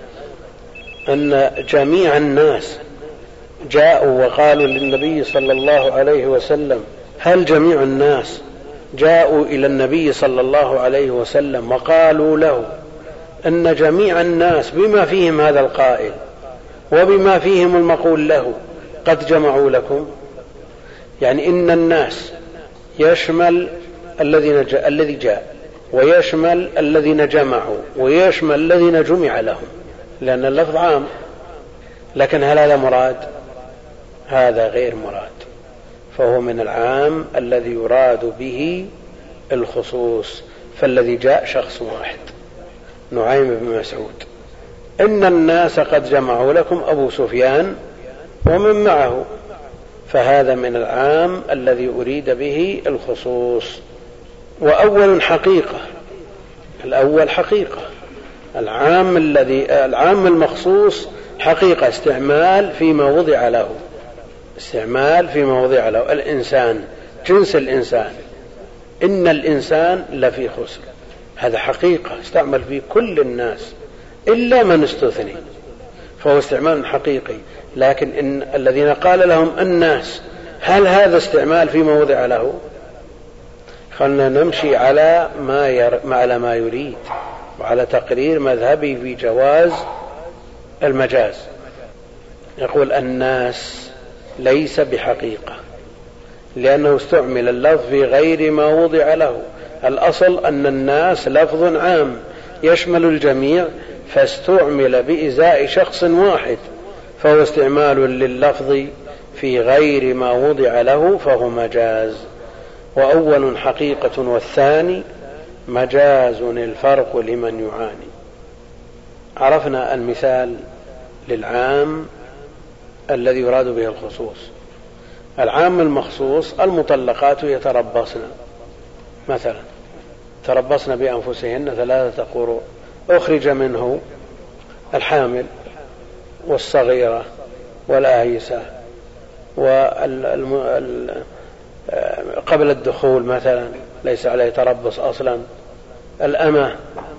أن جميع الناس جاءوا وقالوا للنبي صلى الله عليه وسلم؟ هل جميع الناس جاءوا إلى النبي صلى الله عليه وسلم وقالوا له أن جميع الناس بما فيهم هذا القائل وبما فيهم المقول له قد جمعوا لكم؟ يعني إن الناس يشمل الذين جاء الذي جاء، ويشمل الذين جمعوا، ويشمل الذين جمع لهم، لأن اللفظ عام. لكن هل هذا مراد؟ هذا غير مراد، فهو من العام الذي يراد به الخصوص. فالذي جاء شخص واحد، نعيم بن مسعود. إن الناس قد جمعوا لكم أبو سفيان ومن معه، فهذا من العام الذي أريد به الخصوص. وأول حقيقة، الأول حقيقة، العام الذي العام المخصوص حقيقة، استعمال فيما وضع له، استعمال فيما وضع له. الإنسان، جنس الإنسان، إن الإنسان لفي خسر، هذا حقيقة استعمل في كل الناس إلا من استثني، فهو استعمال حقيقي. لكن إن الذين قال لهم الناس، هل هذا استعمال فيما وضع له؟ خلنا نمشي على ما ير... على ما يريد، وعلى تقرير مذهبي في جواز المجاز. يقول الناس ليس بحقيقة، لأنه استعمل اللفظ في غير ما وضع له. الأصل أن الناس لفظ عام يشمل الجميع، فاستعمل بإزاء شخص واحد، فهو استعمال لللفظ في غير ما وضع له، فهو مجاز. وأول حقيقة والثاني مجاز الفرق لمن يعاني. عرفنا المثال للعام الذي يراد به الخصوص. العام المخصوص المطلقات يتربصن مثلا، تربصن بأنفسهن ثلاثة قروء، أخرج منه الحامل والصغيرة والآيسة قبل الدخول مثلا ليس عليه تربص أصلا، الأمة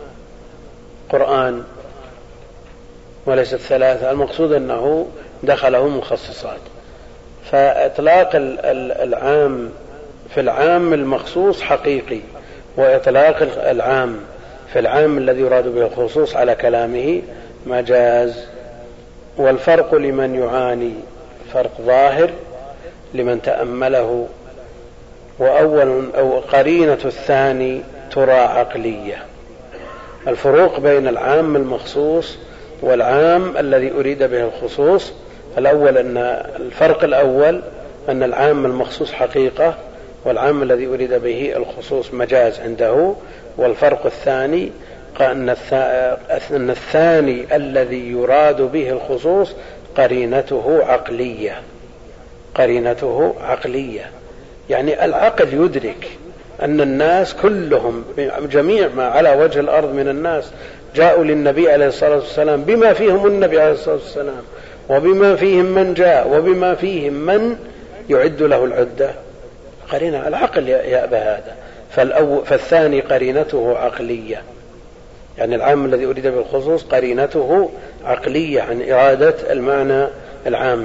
قرآن وليست ثلاثة. المقصود أنه دخله مخصصات. فإطلاق العام في العام المخصوص حقيقي، وإطلاق العام في العام الذي يراد به الخصوص على كلامه مجاز. والفرق لمن يعاني فرق ظاهر لمن تأمله. وأول أو قرينة الثاني ترى عقلية. الفروق بين العام المخصوص والعام الذي أريد به الخصوص: الأول أن الفرق الأول أن العام المخصوص حقيقة، والعام الذي أريد به الخصوص مجاز عنده. والفرق الثاني أن الثاني الذي يراد به الخصوص قرينته عقلية. قرينته عقلية يعني العقل يدرك أن الناس كلهم جميع ما على وجه الأرض من الناس جاءوا للنبي عليه الصلاة والسلام بما فيهم النبي عليه الصلاة والسلام، وبما فيهم من جاء، وبما فيهم من يعد له العدة. قرينة العقل يأبى هذا. فالثاني قرينته عقلية، يعني العام الذي أريد بالخصوص قرينته عقلية عن إرادة المعنى العام.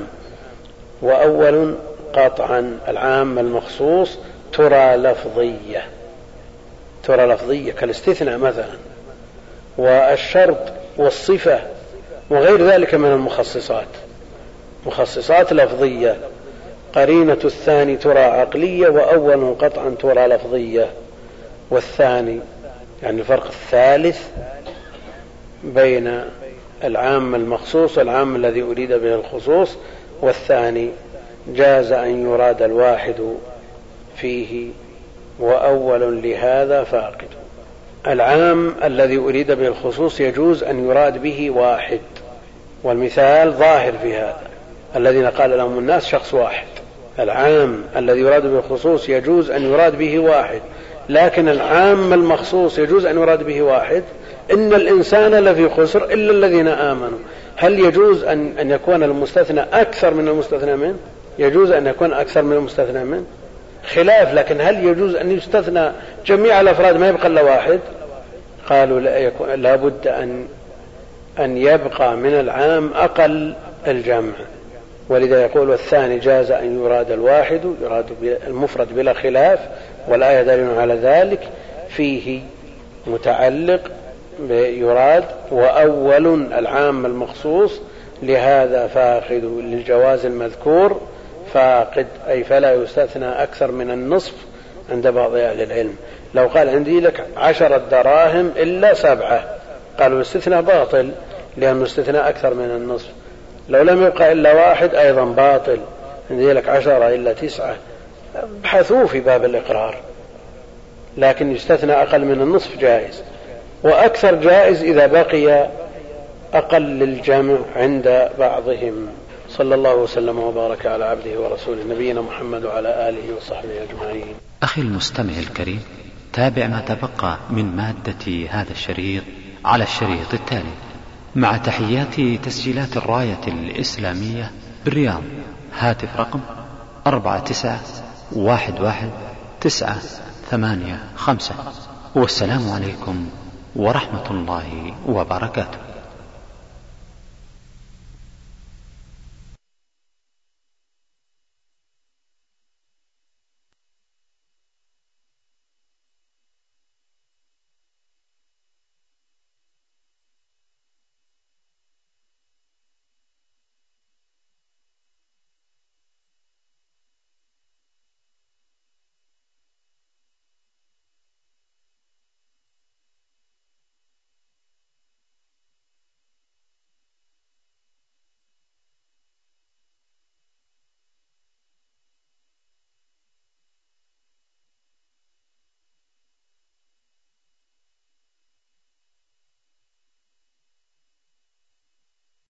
وأول قطعا العام المخصوص ترى لفظية. ترى لفظية كالاستثناء مثلا، والشرط والصفة وغير ذلك من المخصصات، مخصصات لفظية. قرينة الثاني ترى عقلية، وأول قطعا ترى لفظية. والثاني يعني الفرق الثالث بين العام المخصوص والعام الذي أريد به الخصوص. والثاني جاز أن يراد الواحد فيه، وأول لهذا فاقد. العام الذي أريد به الخصوص يجوز أن يراد به واحد، والمثال ظاهر في هذا: الذين قال لهم الناس شخص واحد. العام الذي يراد به الخصوص يجوز أن يراد به واحد، لكن العام المخصوص يجوز أن يراد به واحد: إن الإنسان لفي خسر إلا الذين آمنوا. هل يجوز أن, أن يكون المستثنى أكثر من المستثنى منه؟ يجوز أن يكون أكثر من المستثنى منه خلاف. لكن هل يجوز أن يستثنى جميع الأفراد ما يبقى إلا واحد؟ قالوا لا, يكون لا بد أن, أن يبقى من العام أقل الجمع. ولذا يقول: والثاني جاز أن يراد الواحد، يراد المفرد بلا خلاف، والآية دليل على ذلك. فيه متعلق يراد. وأول العام المخصوص لهذا فاقد للجواز المذكور. فاقد أي فلا يستثنى أكثر من النصف عند بعض أهل العلم. لو قال: عندي لك عشرة دراهم إلا سبعة، قالوا الاستثناء باطل لأنه استثناء أكثر من النصف. لو لم يبقى إلا واحد أيضا باطل، عندي لك عشرة إلا تسعة، بحثوا في باب الإقرار. لكن يستثنى أقل من النصف جائز، وأكثر جائز إذا بقي أقل الجمع عند بعضهم. صلى الله وسلم وبارك على عبده ورسوله نبينا محمد وعلى آله وصحبه أجمعين. أخي المستمع الكريم، تابع ما تبقى من مادة هذا الشريط على الشريط التالي، مع تحيات تسجيلات الراية الإسلامية بالرياض. هاتف رقم أربعة تسعة واحد واحد تسعة ثمانية خمسة. والسلام عليكم ورحمة الله وبركاته.